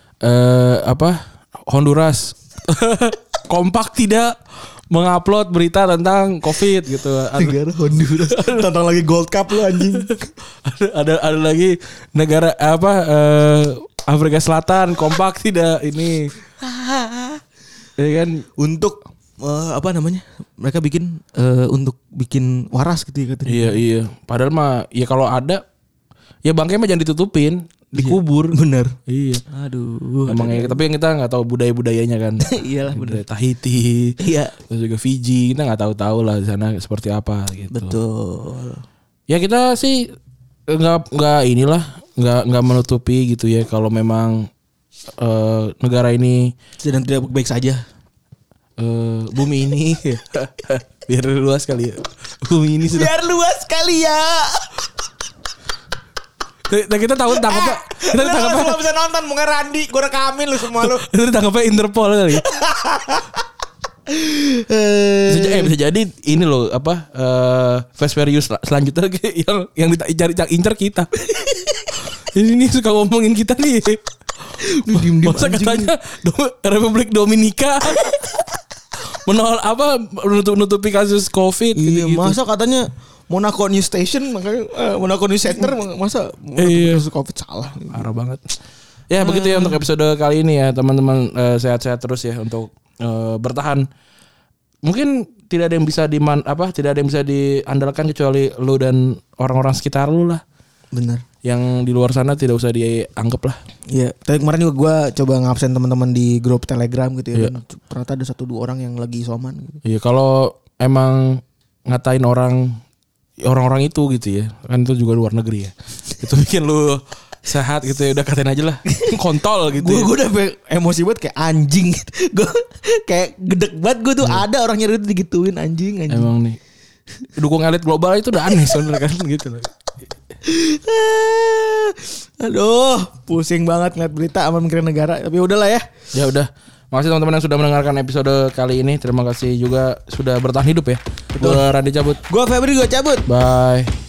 Honduras kompak tidak mengupload berita tentang COVID gitu. Negara Honduras tentang lagi Gold Cup lu anjing. ada lagi negara Afrika Selatan kompak tidak ini. Ya kan untuk mereka bikin untuk bikin waras gitu ya katanya. Iya. Padahal mah ya kalau ada ya bangkai mah jangan ditutupin, dikubur. Bener. Iya. Aduh. Emangnya tapi yang kita nggak tahu budayanya kan. Iyalah bener. Tahiti. Iya. Terus juga Fiji kita nggak tahu lah di sana seperti apa gitu. Betul. Ya kita sih nggak menutupi gitu ya kalau memang negara ini sedang tidak baik saja. Bumi ini biar luas kali ya. Bumi ini sudah biar luas kali ya. Nah, kita tahu tangkapnya. Kita tangkapnya semua bisa nonton Bunga Randi, gue rekamin lu semua lu. Itu tangkapnya Interpol kali. Bisa jadi ini loh Fast Furious selanjutnya yang incar kita. Ini suka ngomongin kita nih. Masa katanya Republik Dominika menutupi kasus COVID iya, gitu. Masa katanya Monaco News Station makanya Monaco News Center masa kasus COVID salah. Parah banget. Ya begitu ya untuk episode kali ini ya teman-teman, sehat-sehat terus ya untuk bertahan. Mungkin tidak ada yang bisa diandalkan kecuali lu dan orang-orang sekitar lu lah. Benar. Yang di luar sana tidak usah dianggap lah. Iya. Tapi kemarin juga gue coba ngabsen teman-teman di grup Telegram gitu ya. Iya. Ternyata ada 1-2 orang yang lagi isoman. Gitu. Iya kalau emang ngatain orang-orang itu gitu ya, kan itu juga luar negeri ya. Itu bikin lu sehat gitu ya, udah katain aja lah. Kontol gitu. Gue udah emosi banget kayak anjing. Gue kayak gedek banget gue tuh ada orang nyari itu digituin anjing. Emang nih. Dukung elit global itu udah aneh sebenarnya kan gitu loh. Aduh, pusing banget ngeliat berita sama mikirin negara. Tapi udahlah ya. Ya udah. Makasih teman-teman yang sudah mendengarkan episode kali ini. Terima kasih juga sudah bertahan hidup ya. Gue Randy cabut. Gue Febri gue cabut. Bye.